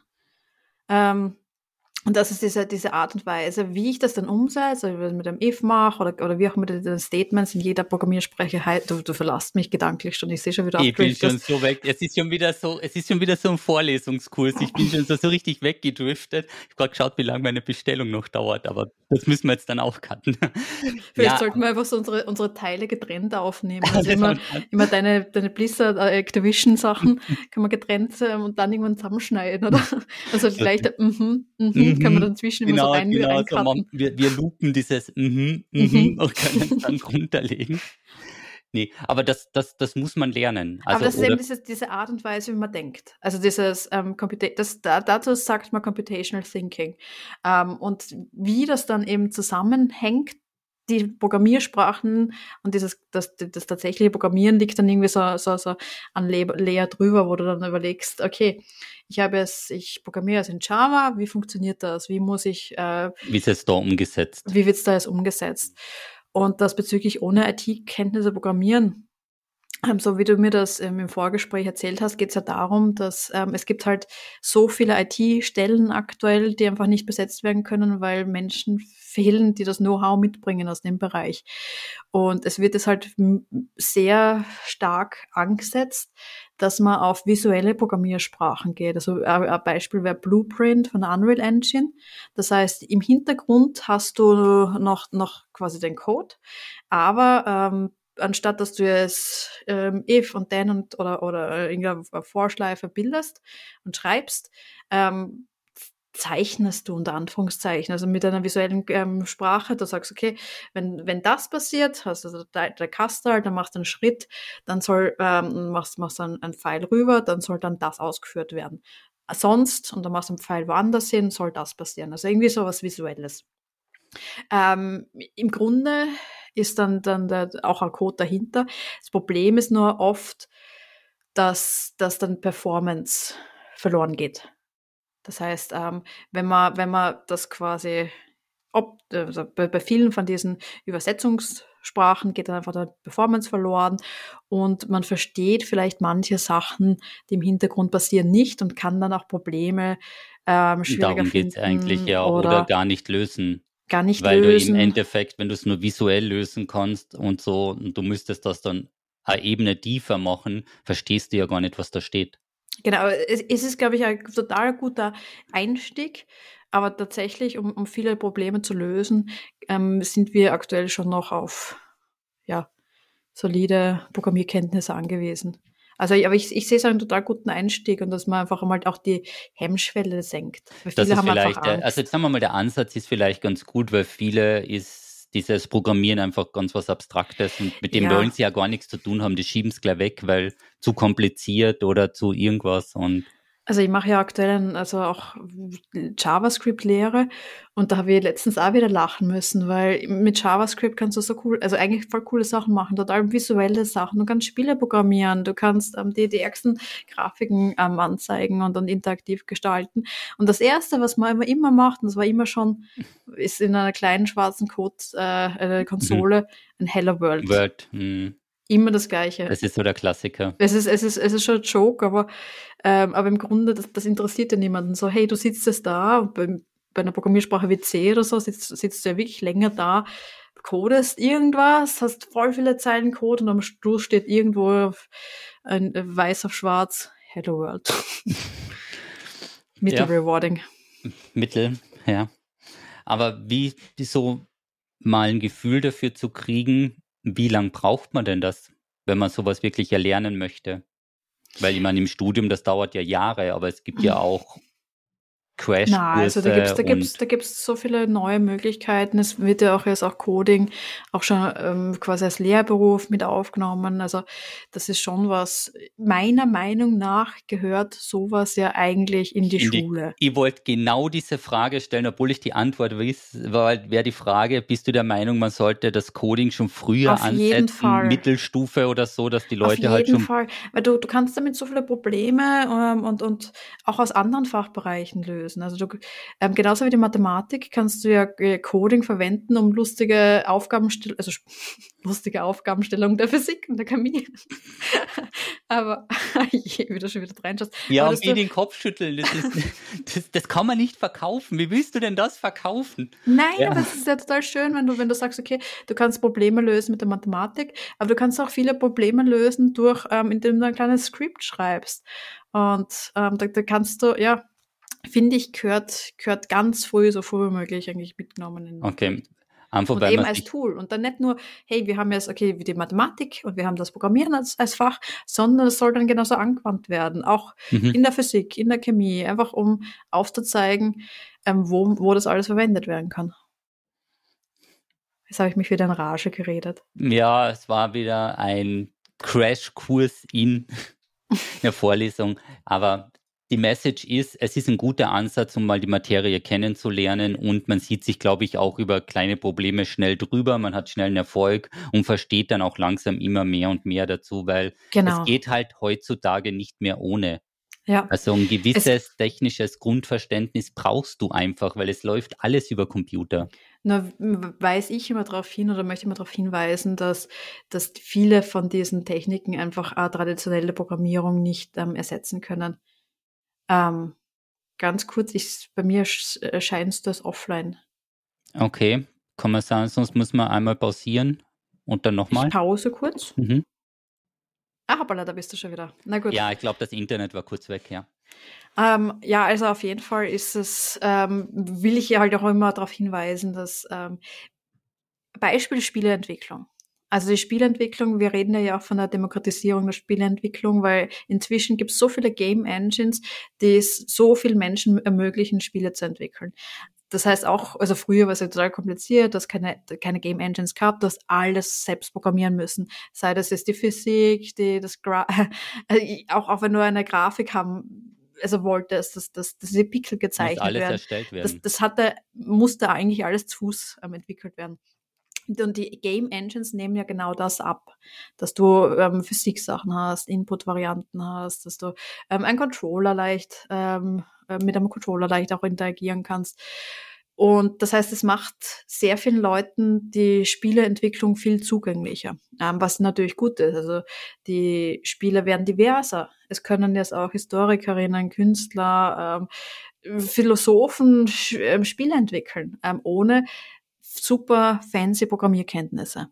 [SPEAKER 2] Ähm, Und das ist diese, diese Art und Weise, wie ich das dann umsetze, also mit einem If mache oder, oder wie auch mit den Statements in jeder Programmiersprache. Du, du verlässt mich gedanklich schon, ich sehe schon, wie du
[SPEAKER 1] Ich bin schon
[SPEAKER 2] abdriftest.
[SPEAKER 1] so weg. Es ist schon wieder so, es ist schon wieder so ein Vorlesungskurs. Ich bin schon so, so richtig weggedriftet. Ich habe gerade geschaut, wie lange meine Bestellung noch dauert, aber das müssen wir jetzt dann auch cutten.
[SPEAKER 2] Vielleicht
[SPEAKER 1] Ja,
[SPEAKER 2] sollten wir einfach so unsere, unsere Teile getrennt aufnehmen. Also
[SPEAKER 1] das
[SPEAKER 2] immer,
[SPEAKER 1] haben wir
[SPEAKER 2] immer deine, deine Blizzard äh, Activision Sachen kann man getrennt ähm, und dann irgendwann zusammenschneiden, oder? Also
[SPEAKER 1] so,
[SPEAKER 2] vielleicht, mhm, mhm, können wir
[SPEAKER 1] mhm,
[SPEAKER 2] dann zwischen immer so
[SPEAKER 1] genau,
[SPEAKER 2] rein,
[SPEAKER 1] genau, so man,
[SPEAKER 2] reincutten.
[SPEAKER 1] wir, wir loopen dieses mhm, mhm
[SPEAKER 2] Mhm.
[SPEAKER 1] und können es dann runterlegen. Nee, aber das, das, das muss man lernen.
[SPEAKER 2] Aber
[SPEAKER 1] Also,
[SPEAKER 2] das ist eben
[SPEAKER 1] oder
[SPEAKER 2] diese, diese Art und Weise, wie man denkt. Also dieses ähm, Computa das, da, dazu sagt man Computational Thinking. Ähm, und wie das dann eben zusammenhängt, die Programmiersprachen und dieses, das, das tatsächliche Programmieren liegt dann irgendwie so, so, so an Layer drüber, wo du dann überlegst, okay, ich habe es, ich programmiere es in Java, wie funktioniert das? Wie muss ich, äh,
[SPEAKER 1] wie ist es da umgesetzt?
[SPEAKER 2] wie wird es da jetzt umgesetzt? Und das bezüglich ohne I T-Kenntnisse programmieren. Ähm, so wie du mir das ähm, im Vorgespräch erzählt hast, geht es ja darum, dass ähm, es gibt halt so viele I T-Stellen aktuell, die einfach nicht besetzt werden können, weil Menschen fehlen, die das Know-how mitbringen aus dem Bereich. Und es wird es halt m- sehr stark angesetzt, dass man auf visuelle Programmiersprachen geht. Also äh, ein Beispiel wäre Blueprint von der Unreal Engine. Das heißt, im Hintergrund hast du noch, noch quasi den Code, aber ähm, anstatt dass du es ähm, if und then und oder oder irgendeine Vorschleife bildest und schreibst, ähm, zeichnest du unter Anführungszeichen, also mit einer visuellen ähm, Sprache. Du sagst, okay, wenn wenn das passiert, hast du also der, der Kastel, dann machst du einen Schritt, dann soll ähm, machst machst dann einen Pfeil rüber, dann soll dann das ausgeführt werden. Sonst und dann machst du einen Pfeil woanders hin, soll das passieren. Also irgendwie so was Visuelles. Ähm, Im Grunde ist dann, dann der, auch ein Code dahinter. Das Problem ist nur oft, dass, dass dann Performance verloren geht. Das heißt, ähm, wenn man, wenn man das quasi, ob, also bei, bei vielen von diesen Übersetzungssprachen geht dann einfach der Performance verloren und man versteht vielleicht manche Sachen, die im Hintergrund passieren, nicht und kann dann auch Probleme ähm, schwieriger
[SPEAKER 1] Darum geht's eigentlich,
[SPEAKER 2] finden
[SPEAKER 1] ja, oder
[SPEAKER 2] oder
[SPEAKER 1] gar nicht lösen.
[SPEAKER 2] gar nicht
[SPEAKER 1] Weil du im
[SPEAKER 2] lösen.
[SPEAKER 1] Endeffekt, wenn du es nur visuell lösen kannst und so, und du müsstest das dann eine Ebene tiefer machen, verstehst du ja gar nicht, was da steht.
[SPEAKER 2] Genau, es, es ist, glaube ich, ein total guter Einstieg, aber tatsächlich, um, um viele Probleme zu lösen, ähm, sind wir aktuell schon noch auf, ja, solide Programmierkenntnisse angewiesen. Also, aber ich, ich sehe es einen total guten Einstieg und dass man einfach einmal auch die Hemmschwelle senkt. Weil
[SPEAKER 1] Das
[SPEAKER 2] viele
[SPEAKER 1] ist
[SPEAKER 2] haben einfach
[SPEAKER 1] vielleicht, der, also
[SPEAKER 2] Angst.
[SPEAKER 1] jetzt sagen wir mal, der Ansatz ist vielleicht ganz gut, weil viele ist dieses Programmieren einfach ganz was Abstraktes und mit dem wollen
[SPEAKER 2] Ja,
[SPEAKER 1] sie ja gar nichts zu tun haben. Die schieben es gleich weg, weil zu kompliziert oder zu irgendwas und
[SPEAKER 2] also ich mache ja aktuell ein, also auch JavaScript-Lehre und da habe ich letztens auch wieder lachen müssen, weil mit JavaScript kannst du so cool, also eigentlich voll coole Sachen machen, total visuelle Sachen. Du kannst Spiele programmieren, du kannst ähm, die, die ärgsten Grafiken ähm, anzeigen und dann interaktiv gestalten. Und das Erste, was man immer, immer macht, und das war immer schon, ist in einer kleinen schwarzen Code, äh, eine
[SPEAKER 1] mhm.
[SPEAKER 2] Konsole, ein Hello World.
[SPEAKER 1] Word, mh,
[SPEAKER 2] Immer das Gleiche.
[SPEAKER 1] das ist so der Klassiker.
[SPEAKER 2] Es ist, es ist, es ist schon ein Joke, aber, ähm, aber im Grunde, das, das interessiert ja niemanden. So, hey, du sitzt jetzt da, und bei, bei einer Programmiersprache wie C oder so, sitzt, sitzt du ja wirklich länger da, codest irgendwas, hast voll viele Zeilen Code und am Schluss steht irgendwo auf, ein, äh, weiß auf schwarz, Hello World. Mittel
[SPEAKER 1] Ja,
[SPEAKER 2] rewarding.
[SPEAKER 1] Mittel, ja. Aber wie so mal ein Gefühl dafür zu kriegen, wie lang braucht man denn das, wenn man sowas wirklich erlernen möchte? Weil ich meine, im Studium, das dauert ja Jahre, aber es gibt ja auch
[SPEAKER 2] Na, also da gibt's,
[SPEAKER 1] Crashkurse
[SPEAKER 2] da gibt's,
[SPEAKER 1] und
[SPEAKER 2] da gibt's so viele neue Möglichkeiten. Es wird ja auch jetzt auch Coding auch schon ähm, quasi als Lehrberuf mit aufgenommen. Also das ist schon was, meiner Meinung nach gehört sowas ja eigentlich in die
[SPEAKER 1] in die,
[SPEAKER 2] Schule.
[SPEAKER 1] ich wollte genau diese Frage stellen, obwohl ich die Antwort weiß, war, wäre die Frage, bist du der Meinung, man sollte das Coding schon früher
[SPEAKER 2] Auf jeden
[SPEAKER 1] ansetzen,
[SPEAKER 2] Fall.
[SPEAKER 1] Mittelstufe oder so, dass die
[SPEAKER 2] Auf
[SPEAKER 1] Leute halt
[SPEAKER 2] jeden
[SPEAKER 1] schon,
[SPEAKER 2] Fall, weil du, du kannst damit so viele Probleme ähm, und, und auch aus anderen Fachbereichen lösen. Also du, ähm, genauso wie die Mathematik kannst du ja äh, Coding verwenden, um lustige Aufgabenstellung, also lustige Aufgabenstellung der Physik und der Chemie. Aber je, wie du schon wieder reinschaust.
[SPEAKER 1] ja,
[SPEAKER 2] Aber
[SPEAKER 1] und
[SPEAKER 2] dass
[SPEAKER 1] wie
[SPEAKER 2] du,
[SPEAKER 1] den Kopf schütteln, das ist, das, das kann man nicht verkaufen. Wie willst du denn das verkaufen?
[SPEAKER 2] nein,
[SPEAKER 1] Ja.
[SPEAKER 2] aber es ist ja total schön, wenn du, wenn du sagst, okay, du kannst Probleme lösen mit der Mathematik, aber du kannst auch viele Probleme lösen durch, ähm, indem du ein kleines Skript schreibst. Und ähm, da, da kannst du, ja, finde ich, gehört, gehört ganz früh, so früh wie möglich eigentlich mitgenommen in den
[SPEAKER 1] Okay,
[SPEAKER 2] Unterricht.
[SPEAKER 1] einfach
[SPEAKER 2] Und
[SPEAKER 1] weil
[SPEAKER 2] eben
[SPEAKER 1] man
[SPEAKER 2] als
[SPEAKER 1] sich,
[SPEAKER 2] Tool. Und dann nicht nur, hey, wir haben jetzt, okay, die Mathematik und wir haben das Programmieren als, als Fach, sondern es soll dann genauso angewandt werden. Auch
[SPEAKER 1] mhm.
[SPEAKER 2] in der Physik, in der Chemie, einfach um aufzuzeigen, ähm, wo, wo das alles verwendet werden kann. Jetzt habe ich mich wieder in Rage geredet.
[SPEAKER 1] Ja, es war wieder ein Crashkurs in der Vorlesung, aber die Message ist, es ist ein guter Ansatz, um mal die Materie kennenzulernen und man sieht sich, glaube ich, auch über kleine Probleme schnell drüber, man hat schnell einen Erfolg und versteht dann auch langsam immer mehr und mehr dazu, weil es
[SPEAKER 2] Genau.
[SPEAKER 1] geht halt heutzutage nicht mehr ohne.
[SPEAKER 2] Ja.
[SPEAKER 1] Also ein
[SPEAKER 2] Es,
[SPEAKER 1] gewisses technisches Grundverständnis brauchst du einfach, weil es läuft alles über Computer.
[SPEAKER 2] nur weise ich immer darauf hin oder möchte immer darauf hinweisen, dass, dass viele von diesen Techniken einfach äh, traditionelle Programmierung nicht ähm, ersetzen können. Ähm, ganz kurz, ich, bei mir sch- äh, scheinst du das offline.
[SPEAKER 1] Okay, kann man sagen, sonst muss man einmal pausieren und dann
[SPEAKER 2] Ich
[SPEAKER 1] nochmal.
[SPEAKER 2] pause kurz.
[SPEAKER 1] Mhm.
[SPEAKER 2] Ah, hoppala, da bist du schon wieder. Na gut.
[SPEAKER 1] Ja, ich glaube, das Internet war kurz weg, ja.
[SPEAKER 2] Ähm, ja, also auf jeden Fall ist es, ähm, will ich ja halt auch immer darauf hinweisen, dass ähm, Beispiel Spieleentwicklung. Also die Spieleentwicklung, wir reden ja auch von der Demokratisierung der Spieleentwicklung, weil inzwischen gibt es so viele Game Engines, die es so vielen Menschen ermöglichen, Spiele zu entwickeln. Das heißt auch, also früher war es ja total kompliziert, dass keine, keine Game Engines gab, du hast alles selbst programmieren müssen. Sei das jetzt die Physik, die, das Gra also auch, auch wenn du eine Grafik haben, also wolltest, dass, dass, dass diese Pixel
[SPEAKER 1] Muss
[SPEAKER 2] gezeichnet
[SPEAKER 1] alles
[SPEAKER 2] werden.
[SPEAKER 1] erstellt
[SPEAKER 2] Das,
[SPEAKER 1] werden.
[SPEAKER 2] das hatte, musste eigentlich alles zu Fuß ähm, entwickelt werden. Und die Game Engines nehmen ja genau das ab, dass du ähm, Physik-Sachen hast, Input-Varianten hast, dass du ähm, einen Controller leicht, ähm, äh, mit einem Controller leicht auch interagieren kannst. Und das heißt, es macht sehr vielen Leuten die Spieleentwicklung viel zugänglicher, ähm, was natürlich gut ist. Also die Spiele werden diverser. Es können jetzt auch Historikerinnen, Künstler, ähm, Philosophen Sch- ähm, Spiele entwickeln, ähm, ohne super fancy Programmierkenntnisse.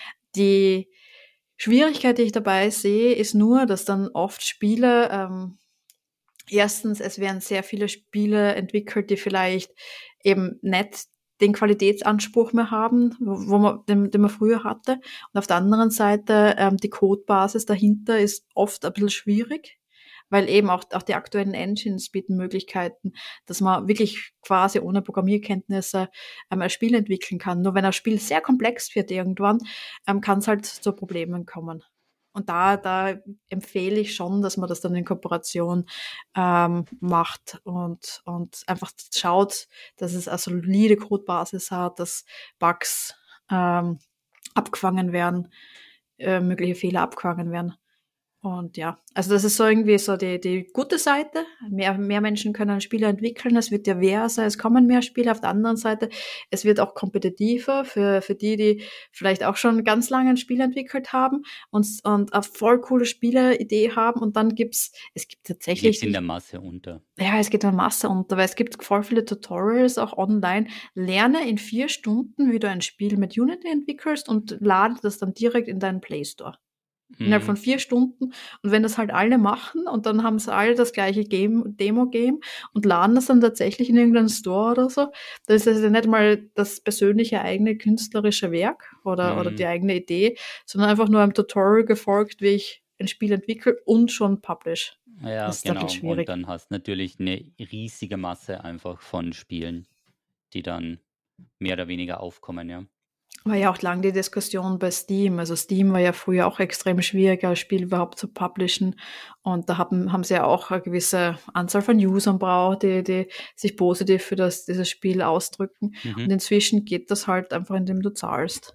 [SPEAKER 2] Die Schwierigkeit, die ich dabei sehe, ist nur, dass dann oft Spiele, ähm, erstens, es werden sehr viele Spiele entwickelt, die vielleicht eben nicht den Qualitätsanspruch mehr haben, wo, wo man, den, den man früher hatte. Und auf der anderen Seite, ähm, die Codebasis dahinter ist oft ein bisschen schwierig, weil eben auch, auch die aktuellen Engines bieten Möglichkeiten, dass man wirklich quasi ohne Programmierkenntnisse ähm, ein Spiel entwickeln kann. Nur wenn ein Spiel sehr komplex wird irgendwann, ähm, kann es halt zu Problemen kommen. Und da, da empfehle ich schon, dass man das dann in Kooperation ähm, macht und, und einfach schaut, dass es eine solide Codebasis hat, dass Bugs ähm, abgefangen werden, äh, mögliche Fehler abgefangen werden. Und ja, also das ist so irgendwie so die, die gute Seite. Mehr, mehr Menschen können Spiele entwickeln, es wird diverser, es kommen mehr Spiele. Auf der anderen Seite, es wird auch kompetitiver für, für die, die vielleicht auch schon ganz lange ein Spiel entwickelt haben und, und eine voll coole Spieleidee haben. Und dann gibt's, es gibt tatsächlich...
[SPEAKER 1] Geht's in der Masse unter.
[SPEAKER 2] Ja, es geht in der Masse unter, weil es gibt voll viele Tutorials auch online. Lerne in vier Stunden, wie du ein Spiel mit Unity entwickelst und lade das dann direkt in deinen Play Store. Innerhalb von vier Stunden. Und wenn das halt alle machen und dann haben sie alle das gleiche Game, Demo-Game und laden das dann tatsächlich in irgendeinen Store oder so, dann ist das ja nicht mal das persönliche eigene künstlerische Werk oder,
[SPEAKER 1] Mhm.
[SPEAKER 2] oder die eigene Idee, sondern einfach nur einem Tutorial gefolgt, wie ich ein Spiel entwickle und schon publish.
[SPEAKER 1] Ja,
[SPEAKER 2] Das ist
[SPEAKER 1] genau.
[SPEAKER 2] ein bisschen schwierig.
[SPEAKER 1] Und dann hast du natürlich eine riesige Masse einfach von Spielen, die dann mehr oder weniger aufkommen, ja.
[SPEAKER 2] War ja auch lang die Diskussion bei Steam. Also Steam war ja früher auch extrem schwierig, ein Spiel überhaupt zu publishen. Und da haben, haben sie ja auch eine gewisse Anzahl von Usern braucht, die, die sich positiv für das, dieses Spiel ausdrücken.
[SPEAKER 1] Mhm.
[SPEAKER 2] Und inzwischen geht das halt einfach, indem du zahlst.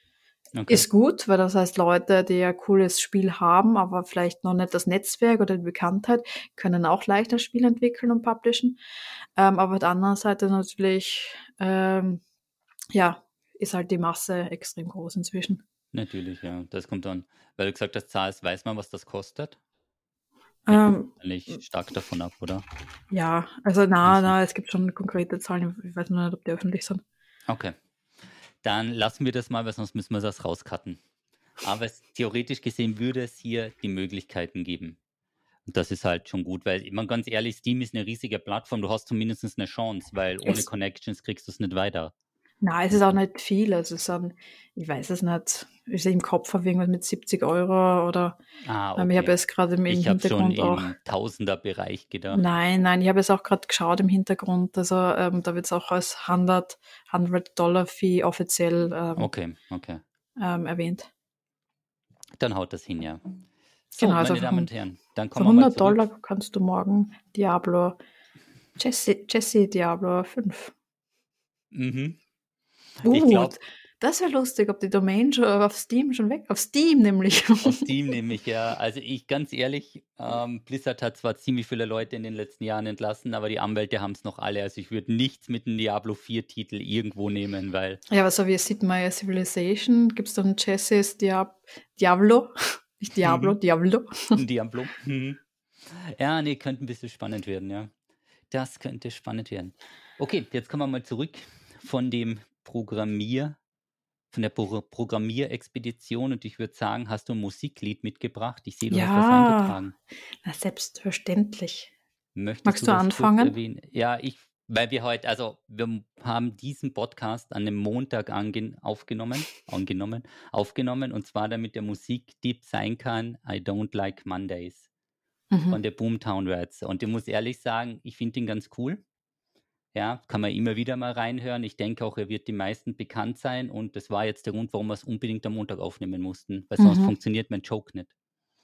[SPEAKER 1] Okay.
[SPEAKER 2] Ist gut, weil das heißt, Leute, die ein cooles Spiel haben, aber vielleicht noch nicht das Netzwerk oder die Bekanntheit, können auch leicht ein Spiel entwickeln und publishen. Ähm, aber auf der anderen Seite natürlich, ähm, ja, ist halt die Masse extrem groß inzwischen.
[SPEAKER 1] Natürlich, ja. Das kommt dann, weil du gesagt hast, zahlst, weiß man, was das kostet?
[SPEAKER 2] Ähm,
[SPEAKER 1] Eigentlich stark davon ab, oder?
[SPEAKER 2] ja, also na,
[SPEAKER 1] Also,
[SPEAKER 2] na, es gibt schon konkrete Zahlen, ich weiß nur nicht, ob die öffentlich sind.
[SPEAKER 1] okay. Dann lassen wir das mal, weil sonst müssen wir das rauscutten. Aber es, theoretisch gesehen würde es hier die Möglichkeiten geben. Und das ist halt schon gut, weil, man ganz ehrlich, Steam ist eine riesige Plattform, du hast zumindest eine Chance, weil ohne
[SPEAKER 2] Es,
[SPEAKER 1] Connections kriegst du es nicht weiter.
[SPEAKER 2] na, es ist auch nicht viel, also es sind, ich weiß es nicht, ich im Kopf habe irgendwas mit siebzig Euro oder,
[SPEAKER 1] Ah,
[SPEAKER 2] ähm, ich habe
[SPEAKER 1] okay.
[SPEAKER 2] es gerade im, im
[SPEAKER 1] Ich habe schon
[SPEAKER 2] Hintergrund auch,
[SPEAKER 1] im Tausender-Bereich gedacht.
[SPEAKER 2] nein, nein, ich habe es auch gerade geschaut im Hintergrund, also ähm, da wird es auch als hundert Dollar Fee offiziell ähm,
[SPEAKER 1] Okay, okay.
[SPEAKER 2] ähm, erwähnt.
[SPEAKER 1] Dann haut das hin, ja. So,
[SPEAKER 2] Genau, also
[SPEAKER 1] meine
[SPEAKER 2] für,
[SPEAKER 1] Damen
[SPEAKER 2] hun-
[SPEAKER 1] und Herren, dann
[SPEAKER 2] für
[SPEAKER 1] kommen wir mal
[SPEAKER 2] hundert
[SPEAKER 1] zurück.
[SPEAKER 2] Dollar kannst du morgen Diablo, Jesse, Jesse Diablo fünf.
[SPEAKER 1] Mhm. Ich
[SPEAKER 2] Uh,
[SPEAKER 1] glaube,
[SPEAKER 2] das wäre lustig, ob die Domain schon auf Steam schon weg, auf Steam nämlich.
[SPEAKER 1] auf Steam nehme ich ja, also ich ganz ehrlich, ähm, Blizzard hat zwar ziemlich viele Leute in den letzten Jahren entlassen, aber die Anwälte haben es noch alle. Also ich würde nichts mit einem Diablo vier Titel irgendwo nehmen, weil
[SPEAKER 2] Ja, aber so wie Sid Meier Civilization gibt es dann Jesse's Diab Diablo, nicht Diablo,
[SPEAKER 1] Mhm.
[SPEAKER 2] Diablo.
[SPEAKER 1] ein Diablo. Mhm. Ja, nee, könnte ein bisschen spannend werden, ja. Das könnte spannend werden. Okay, jetzt kommen wir mal zurück von dem Programmier, von der Pro Programmierexpedition und ich würde sagen, hast du ein Musiklied mitgebracht? Ich sehe, du hast was
[SPEAKER 2] Ja,
[SPEAKER 1] eingetragen.
[SPEAKER 2] na, selbstverständlich.
[SPEAKER 1] Möchtest
[SPEAKER 2] Magst
[SPEAKER 1] du
[SPEAKER 2] du
[SPEAKER 1] das kurz
[SPEAKER 2] anfangen?
[SPEAKER 1] erwähnen? Ja, ich, weil wir heute, also wir haben diesen Podcast an einem Montag ange aufgenommen, angenommen, aufgenommen und zwar damit der Musiktipp sein kann, I Don't Like Mondays
[SPEAKER 2] Mhm.
[SPEAKER 1] von der Boomtown Rats. Und ich muss ehrlich sagen, ich finde ihn ganz cool. Ja, kann man immer wieder mal reinhören. Ich denke auch, er wird den meisten bekannt sein und das war jetzt der Grund, warum wir es unbedingt am Montag aufnehmen mussten, weil sonst
[SPEAKER 2] Mhm.
[SPEAKER 1] funktioniert mein Joke nicht.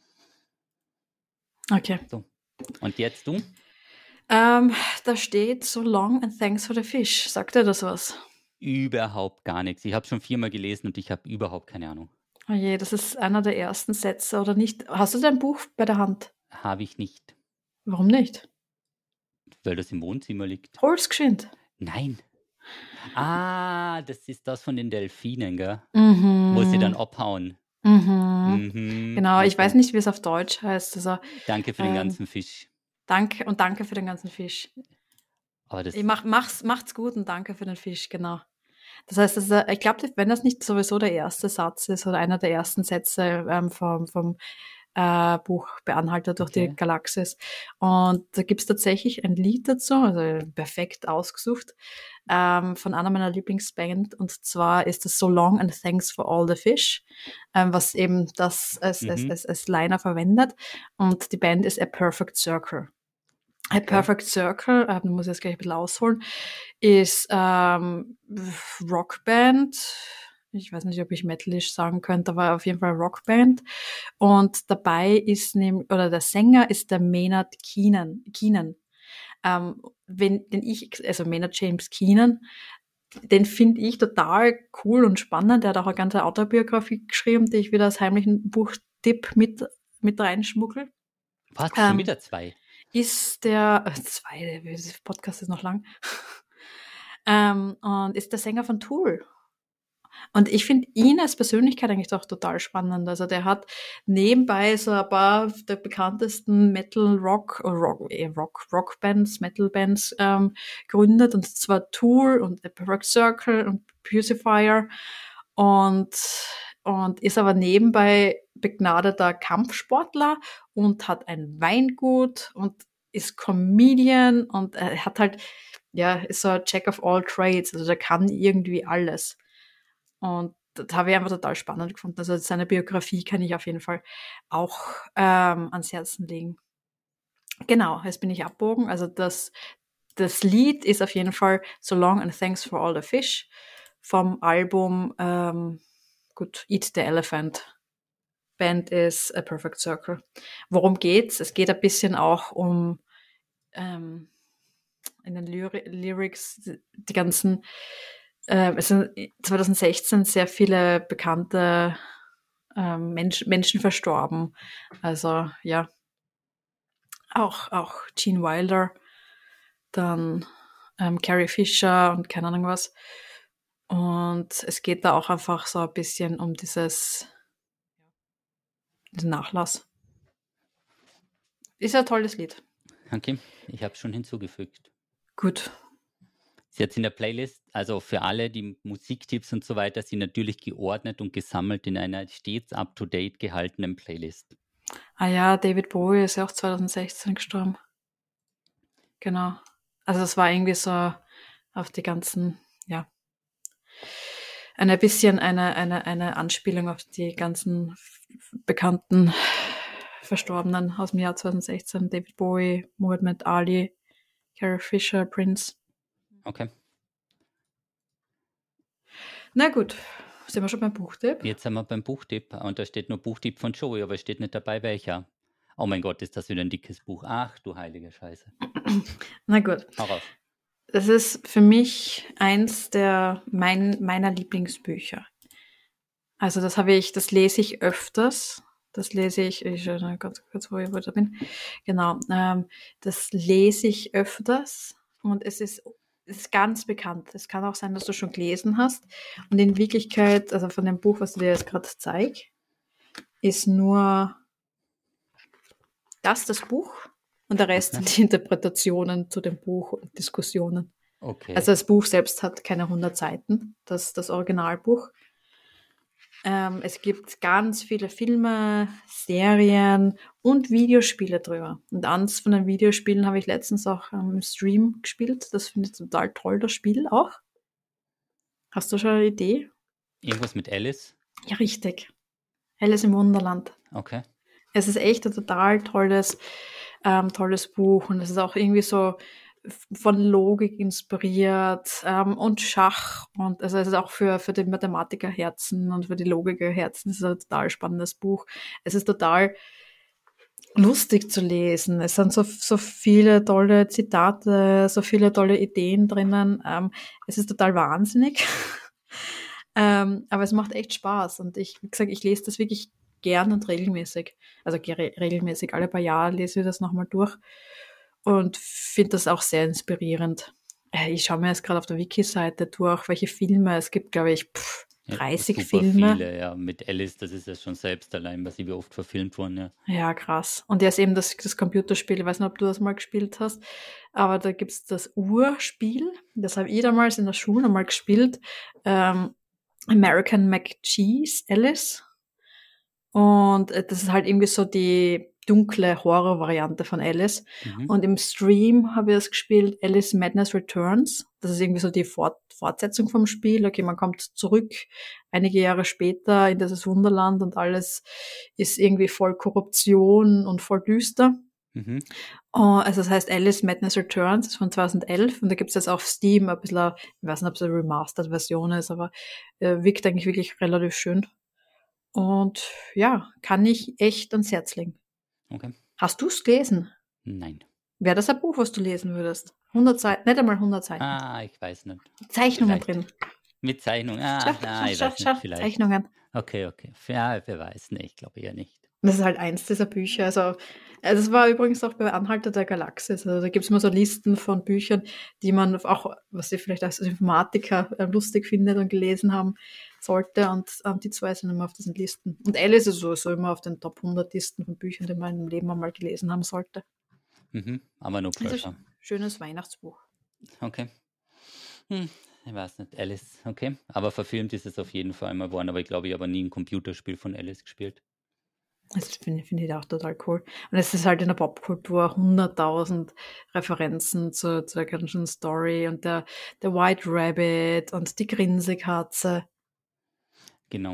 [SPEAKER 2] Okay.
[SPEAKER 1] So, und jetzt du?
[SPEAKER 2] Ähm, da steht So long and thanks for the fish. Sagt dir das was?
[SPEAKER 1] Überhaupt gar nichts. Ich habe schon viermal gelesen und ich habe überhaupt keine Ahnung.
[SPEAKER 2] Oh je, das ist einer der ersten Sätze oder nicht? Hast du dein Buch bei der Hand?
[SPEAKER 1] Habe ich nicht,
[SPEAKER 2] Warum nicht?
[SPEAKER 1] weil das im Wohnzimmer liegt.
[SPEAKER 2] Hol's geschwind.
[SPEAKER 1] Nein. Ah, das ist das von den Delfinen, gell? Wo sie dann
[SPEAKER 2] Mhm.
[SPEAKER 1] abhauen.
[SPEAKER 2] Mhm.
[SPEAKER 1] Mhm,
[SPEAKER 2] Genau, ich weiß
[SPEAKER 1] okay.
[SPEAKER 2] nicht, wie es auf Deutsch heißt. Also,
[SPEAKER 1] Danke für den
[SPEAKER 2] ähm,
[SPEAKER 1] ganzen Fisch.
[SPEAKER 2] danke und danke für den ganzen Fisch.
[SPEAKER 1] Aber das,
[SPEAKER 2] Ich mach, mach's, macht's gut und danke für den Fisch, genau. Das heißt, das, ist, ich glaube, wenn das nicht sowieso der erste Satz ist oder einer der ersten Sätze ähm, vom, vom äh, Buch Beanhalter durch
[SPEAKER 1] Okay.
[SPEAKER 2] die Galaxis. Und da gibt's tatsächlich ein Lied dazu, also perfekt ausgesucht, ähm, von einer meiner Lieblingsband. Und zwar ist das So Long and Thanks for All the Fish, ähm, was eben das als, als,
[SPEAKER 1] Mhm.
[SPEAKER 2] als, als Liner verwendet. Und die Band ist A Perfect Circle. A
[SPEAKER 1] Okay.
[SPEAKER 2] Perfect Circle, äh, muss ich jetzt gleich ein bisschen ausholen, ist ähm, Rockband. Ich weiß nicht, ob ich metalisch sagen könnte, aber auf jeden Fall Rockband. Und dabei ist nämlich, oder der Sänger ist der Maynard Keenan. Keenan. Ähm, wenn, den ich, also Maynard James Keenan, den finde ich total cool und spannend. Der hat auch eine ganze Autobiografie geschrieben, die ich wieder als heimlichen Buchtipp mit, mit reinschmuggel.
[SPEAKER 1] Was? Schon
[SPEAKER 2] Ähm,
[SPEAKER 1] wieder zwei?
[SPEAKER 2] ist der, äh, zwei, der Podcast ist noch lang, ähm, und ist der Sänger von Tool. Und ich finde ihn als Persönlichkeit eigentlich auch total spannend. Also der hat nebenbei so ein paar der bekanntesten Metal Rock, Rock, eh, Rock, Rockbands, Metal-Bands ähm, gegründet, und zwar Tool und The Perfect Circle und Pucifier, und und ist aber nebenbei begnadeter Kampfsportler und hat ein Weingut und ist Comedian, und er hat halt, ja, ist so ein Jack of all trades, also der kann irgendwie alles. Und das habe ich einfach total spannend gefunden. Also seine Biografie kann ich auf jeden Fall auch ähm, ans Herzen legen. Genau, jetzt bin ich abbogen. Also das, das Lied ist auf jeden Fall So Long and Thanks for All the Fish vom Album ähm, gut, Eat the Elephant. Band ist A Perfect Circle. Worum geht's? Es geht ein bisschen auch um ähm, in den Lyri Lyrics die, die ganzen äh, es sind zwanzig sechzehn sehr viele bekannte ähm, Mensch, Menschen verstorben. Also ja, auch, auch Gene Wilder, dann ähm, Carrie Fisher und keine Ahnung was. Und es geht da auch einfach so ein bisschen um dieses diesen Nachlass. Ist ein tolles Lied.
[SPEAKER 1] Okay, ich habe schon hinzugefügt.
[SPEAKER 2] Gut.
[SPEAKER 1] Ist jetzt in der Playlist, also für alle, die Musiktipps und so weiter, sind natürlich geordnet und gesammelt in einer stets up-to-date gehaltenen Playlist.
[SPEAKER 2] Ah ja, David Bowie ist ja auch zwanzig sechzehn gestorben. Genau. Also das war irgendwie so auf die ganzen, ja, ein bisschen eine, eine, eine Anspielung auf die ganzen bekannten Verstorbenen aus dem Jahr zwanzig sechzehn. David Bowie, Muhammad Ali, Carrie Fisher, Prince.
[SPEAKER 1] Okay.
[SPEAKER 2] Na gut, sind wir schon beim Buchtipp?
[SPEAKER 1] Jetzt sind wir beim Buchtipp und da steht nur Buchtipp von Joey, aber es steht nicht dabei, welcher. Oh mein Gott, ist das wieder ein dickes Buch. Ach du heilige Scheiße.
[SPEAKER 2] Na gut.
[SPEAKER 1] Hau raus.
[SPEAKER 2] Das ist für mich eins der mein, meiner Lieblingsbücher. Also das habe ich, das lese ich öfters. Das lese ich, ich schau ganz kurz, wo ich da bin. Genau, ähm, das lese ich öfters, und es ist, ist ganz bekannt. Es kann auch sein, dass du schon gelesen hast. Und in Wirklichkeit, also von dem Buch, was ich dir jetzt gerade zeige, ist nur das das Buch, und der Rest
[SPEAKER 1] Okay.
[SPEAKER 2] sind die Interpretationen zu dem Buch und Diskussionen.
[SPEAKER 1] Okay.
[SPEAKER 2] Also das Buch selbst hat keine hundert Seiten, das, das Originalbuch. Ähm, es gibt ganz viele Filme, Serien und Videospiele drüber. Und eins von den Videospielen habe ich letztens auch ähm, im Stream gespielt. Das finde ich total toll, das Spiel auch. Hast du schon eine Idee?
[SPEAKER 1] Irgendwas mit Alice?
[SPEAKER 2] Ja, richtig. Alice im Wunderland.
[SPEAKER 1] Okay.
[SPEAKER 2] Es ist echt ein total tolles, ähm, tolles Buch, und es ist auch irgendwie so von Logik inspiriert ähm, und Schach, und also es ist auch für, für die Mathematikerherzen und für die Logikerherzen. Es ist ein total spannendes Buch. Es ist total lustig zu lesen. Es sind so, so viele tolle Zitate, so viele tolle Ideen drinnen. Ähm, es ist total wahnsinnig. ähm, aber es macht echt Spaß, und ich, wie gesagt, ich lese das wirklich gern und regelmäßig. Also re regelmäßig, alle paar Jahre lese ich das nochmal durch und finde das auch sehr inspirierend. Äh, Ich schaue mir jetzt gerade auf der Wiki-Seite durch, welche Filme es gibt, glaube ich, pff,
[SPEAKER 1] Ja,
[SPEAKER 2] dreißig
[SPEAKER 1] super
[SPEAKER 2] Filme.
[SPEAKER 1] viele, ja. Mit Alice, das ist ja schon selbst allein, was wie oft verfilmt worden, ja.
[SPEAKER 2] Ja, krass. Und jetzt eben das, das Computerspiel, ich weiß nicht, ob du das mal gespielt hast, aber da gibt's das Urspiel, das habe ich damals in der Schule mal gespielt, ähm, American McCheese, Alice. Und äh, das ist halt irgendwie so die dunkle Horror-Variante von Alice.
[SPEAKER 1] Mhm.
[SPEAKER 2] Und im Stream habe ich das gespielt, Alice Madness Returns. Das ist irgendwie so die Fort Fortsetzung vom Spiel. Okay, man kommt zurück einige Jahre später in dieses Wunderland und alles ist irgendwie voll Korruption und voll düster.
[SPEAKER 1] Mhm.
[SPEAKER 2] Uh, also das heißt Alice Madness Returns, das ist von zweitausendelf und da gibt's jetzt auf Steam ein bisschen, ich weiß nicht, ob es eine Remastered-Version ist, aber äh, wirkt eigentlich wirklich relativ schön. Und ja, kann ich echt ans Herz legen.
[SPEAKER 1] Okay.
[SPEAKER 2] Hast du's gelesen?
[SPEAKER 1] Nein.
[SPEAKER 2] Wäre das ein Buch, was du lesen würdest? hundert Seiten, nicht einmal hundert Seiten.
[SPEAKER 1] Ah, ich weiß nicht.
[SPEAKER 2] Zeichnungen
[SPEAKER 1] Vielleicht.
[SPEAKER 2] drin.
[SPEAKER 1] Mit Zeichnung. Ah,
[SPEAKER 2] Schau,
[SPEAKER 1] na,
[SPEAKER 2] schau,
[SPEAKER 1] ich
[SPEAKER 2] schau,
[SPEAKER 1] weiß
[SPEAKER 2] schau,
[SPEAKER 1] nicht, vielleicht.
[SPEAKER 2] Zeichnungen.
[SPEAKER 1] Okay, okay. Ja, wer weiß. Nee, ich glaube eher nicht.
[SPEAKER 2] Das ist halt eins dieser Bücher. Also, also es war übrigens auch bei Anhalter der Galaxis. Also da gibt's immer so Listen von Büchern, die man auch, was ihr vielleicht als Informatiker äh, lustig findet und gelesen haben sollte. Und ähm, die zwei sind immer auf diesen Listen. Und Alice ist sowieso immer auf den Top hundert Listen von Büchern, die man im Leben einmal gelesen haben sollte.
[SPEAKER 1] Mhm. Aber no
[SPEAKER 2] Das ist
[SPEAKER 1] pressure.
[SPEAKER 2] ein schönes Weihnachtsbuch.
[SPEAKER 1] Okay. Hm. Ich weiß nicht, Alice, okay. Aber verfilmt ist es auf jeden Fall einmal worden, aber ich glaube, ich habe nie ein Computerspiel von Alice gespielt.
[SPEAKER 2] Das finde find ich auch total cool. Und es ist halt in der Popkultur hunderttausend Referenzen zur, zur ganzen Story und der, der White Rabbit und die Grinsekatze.
[SPEAKER 1] Genau.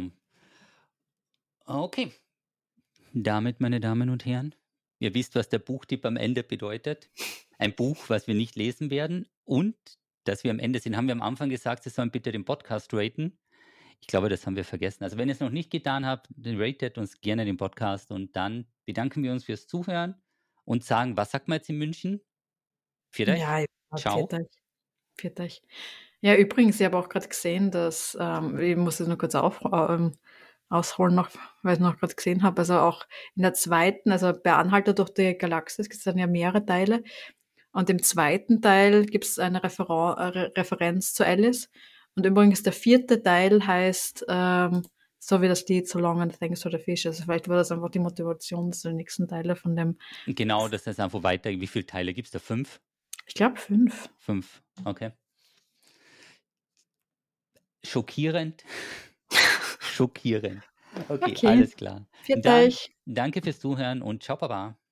[SPEAKER 1] Okay. Damit, meine Damen und Herren, ihr wisst, was der Buchtipp am Ende bedeutet. Ein Buch, was wir nicht lesen werden und dass wir am Ende sind. Haben wir am Anfang gesagt, Sie sollen bitte den Podcast raten. Ich glaube, das haben wir vergessen. Also wenn ihr es noch nicht getan habt, dann ratet uns gerne den Podcast und dann bedanken wir uns fürs Zuhören und sagen, was sagt man jetzt in München? Für euch?
[SPEAKER 2] Ja,
[SPEAKER 1] Ciao.
[SPEAKER 2] Viert euch. Viert euch. Ja, übrigens, ich habe auch gerade gesehen, dass, ähm, ich muss das nur kurz auf, ähm, ausholen, noch, weil ich noch gerade gesehen habe, also auch in der zweiten, also bei Anhalter durch die Galaxis gibt es dann ja mehrere Teile. Und im zweiten Teil gibt es eine Referen äh, Re Referenz zu Alice. Und übrigens der vierte Teil heißt, ähm, so wie das Lied So Long and Thanks for the Fish. Also vielleicht war das einfach die Motivation zu den nächsten Teile von dem.
[SPEAKER 1] Genau, das ist einfach weiter. Wie viele Teile gibt es da? Fünf?
[SPEAKER 2] Ich glaube fünf.
[SPEAKER 1] Fünf, okay. Schockierend. Schockierend. Okay,
[SPEAKER 2] Okay.
[SPEAKER 1] alles klar.
[SPEAKER 2] Viert
[SPEAKER 1] Dann
[SPEAKER 2] euch.
[SPEAKER 1] danke fürs Zuhören und ciao, Baba.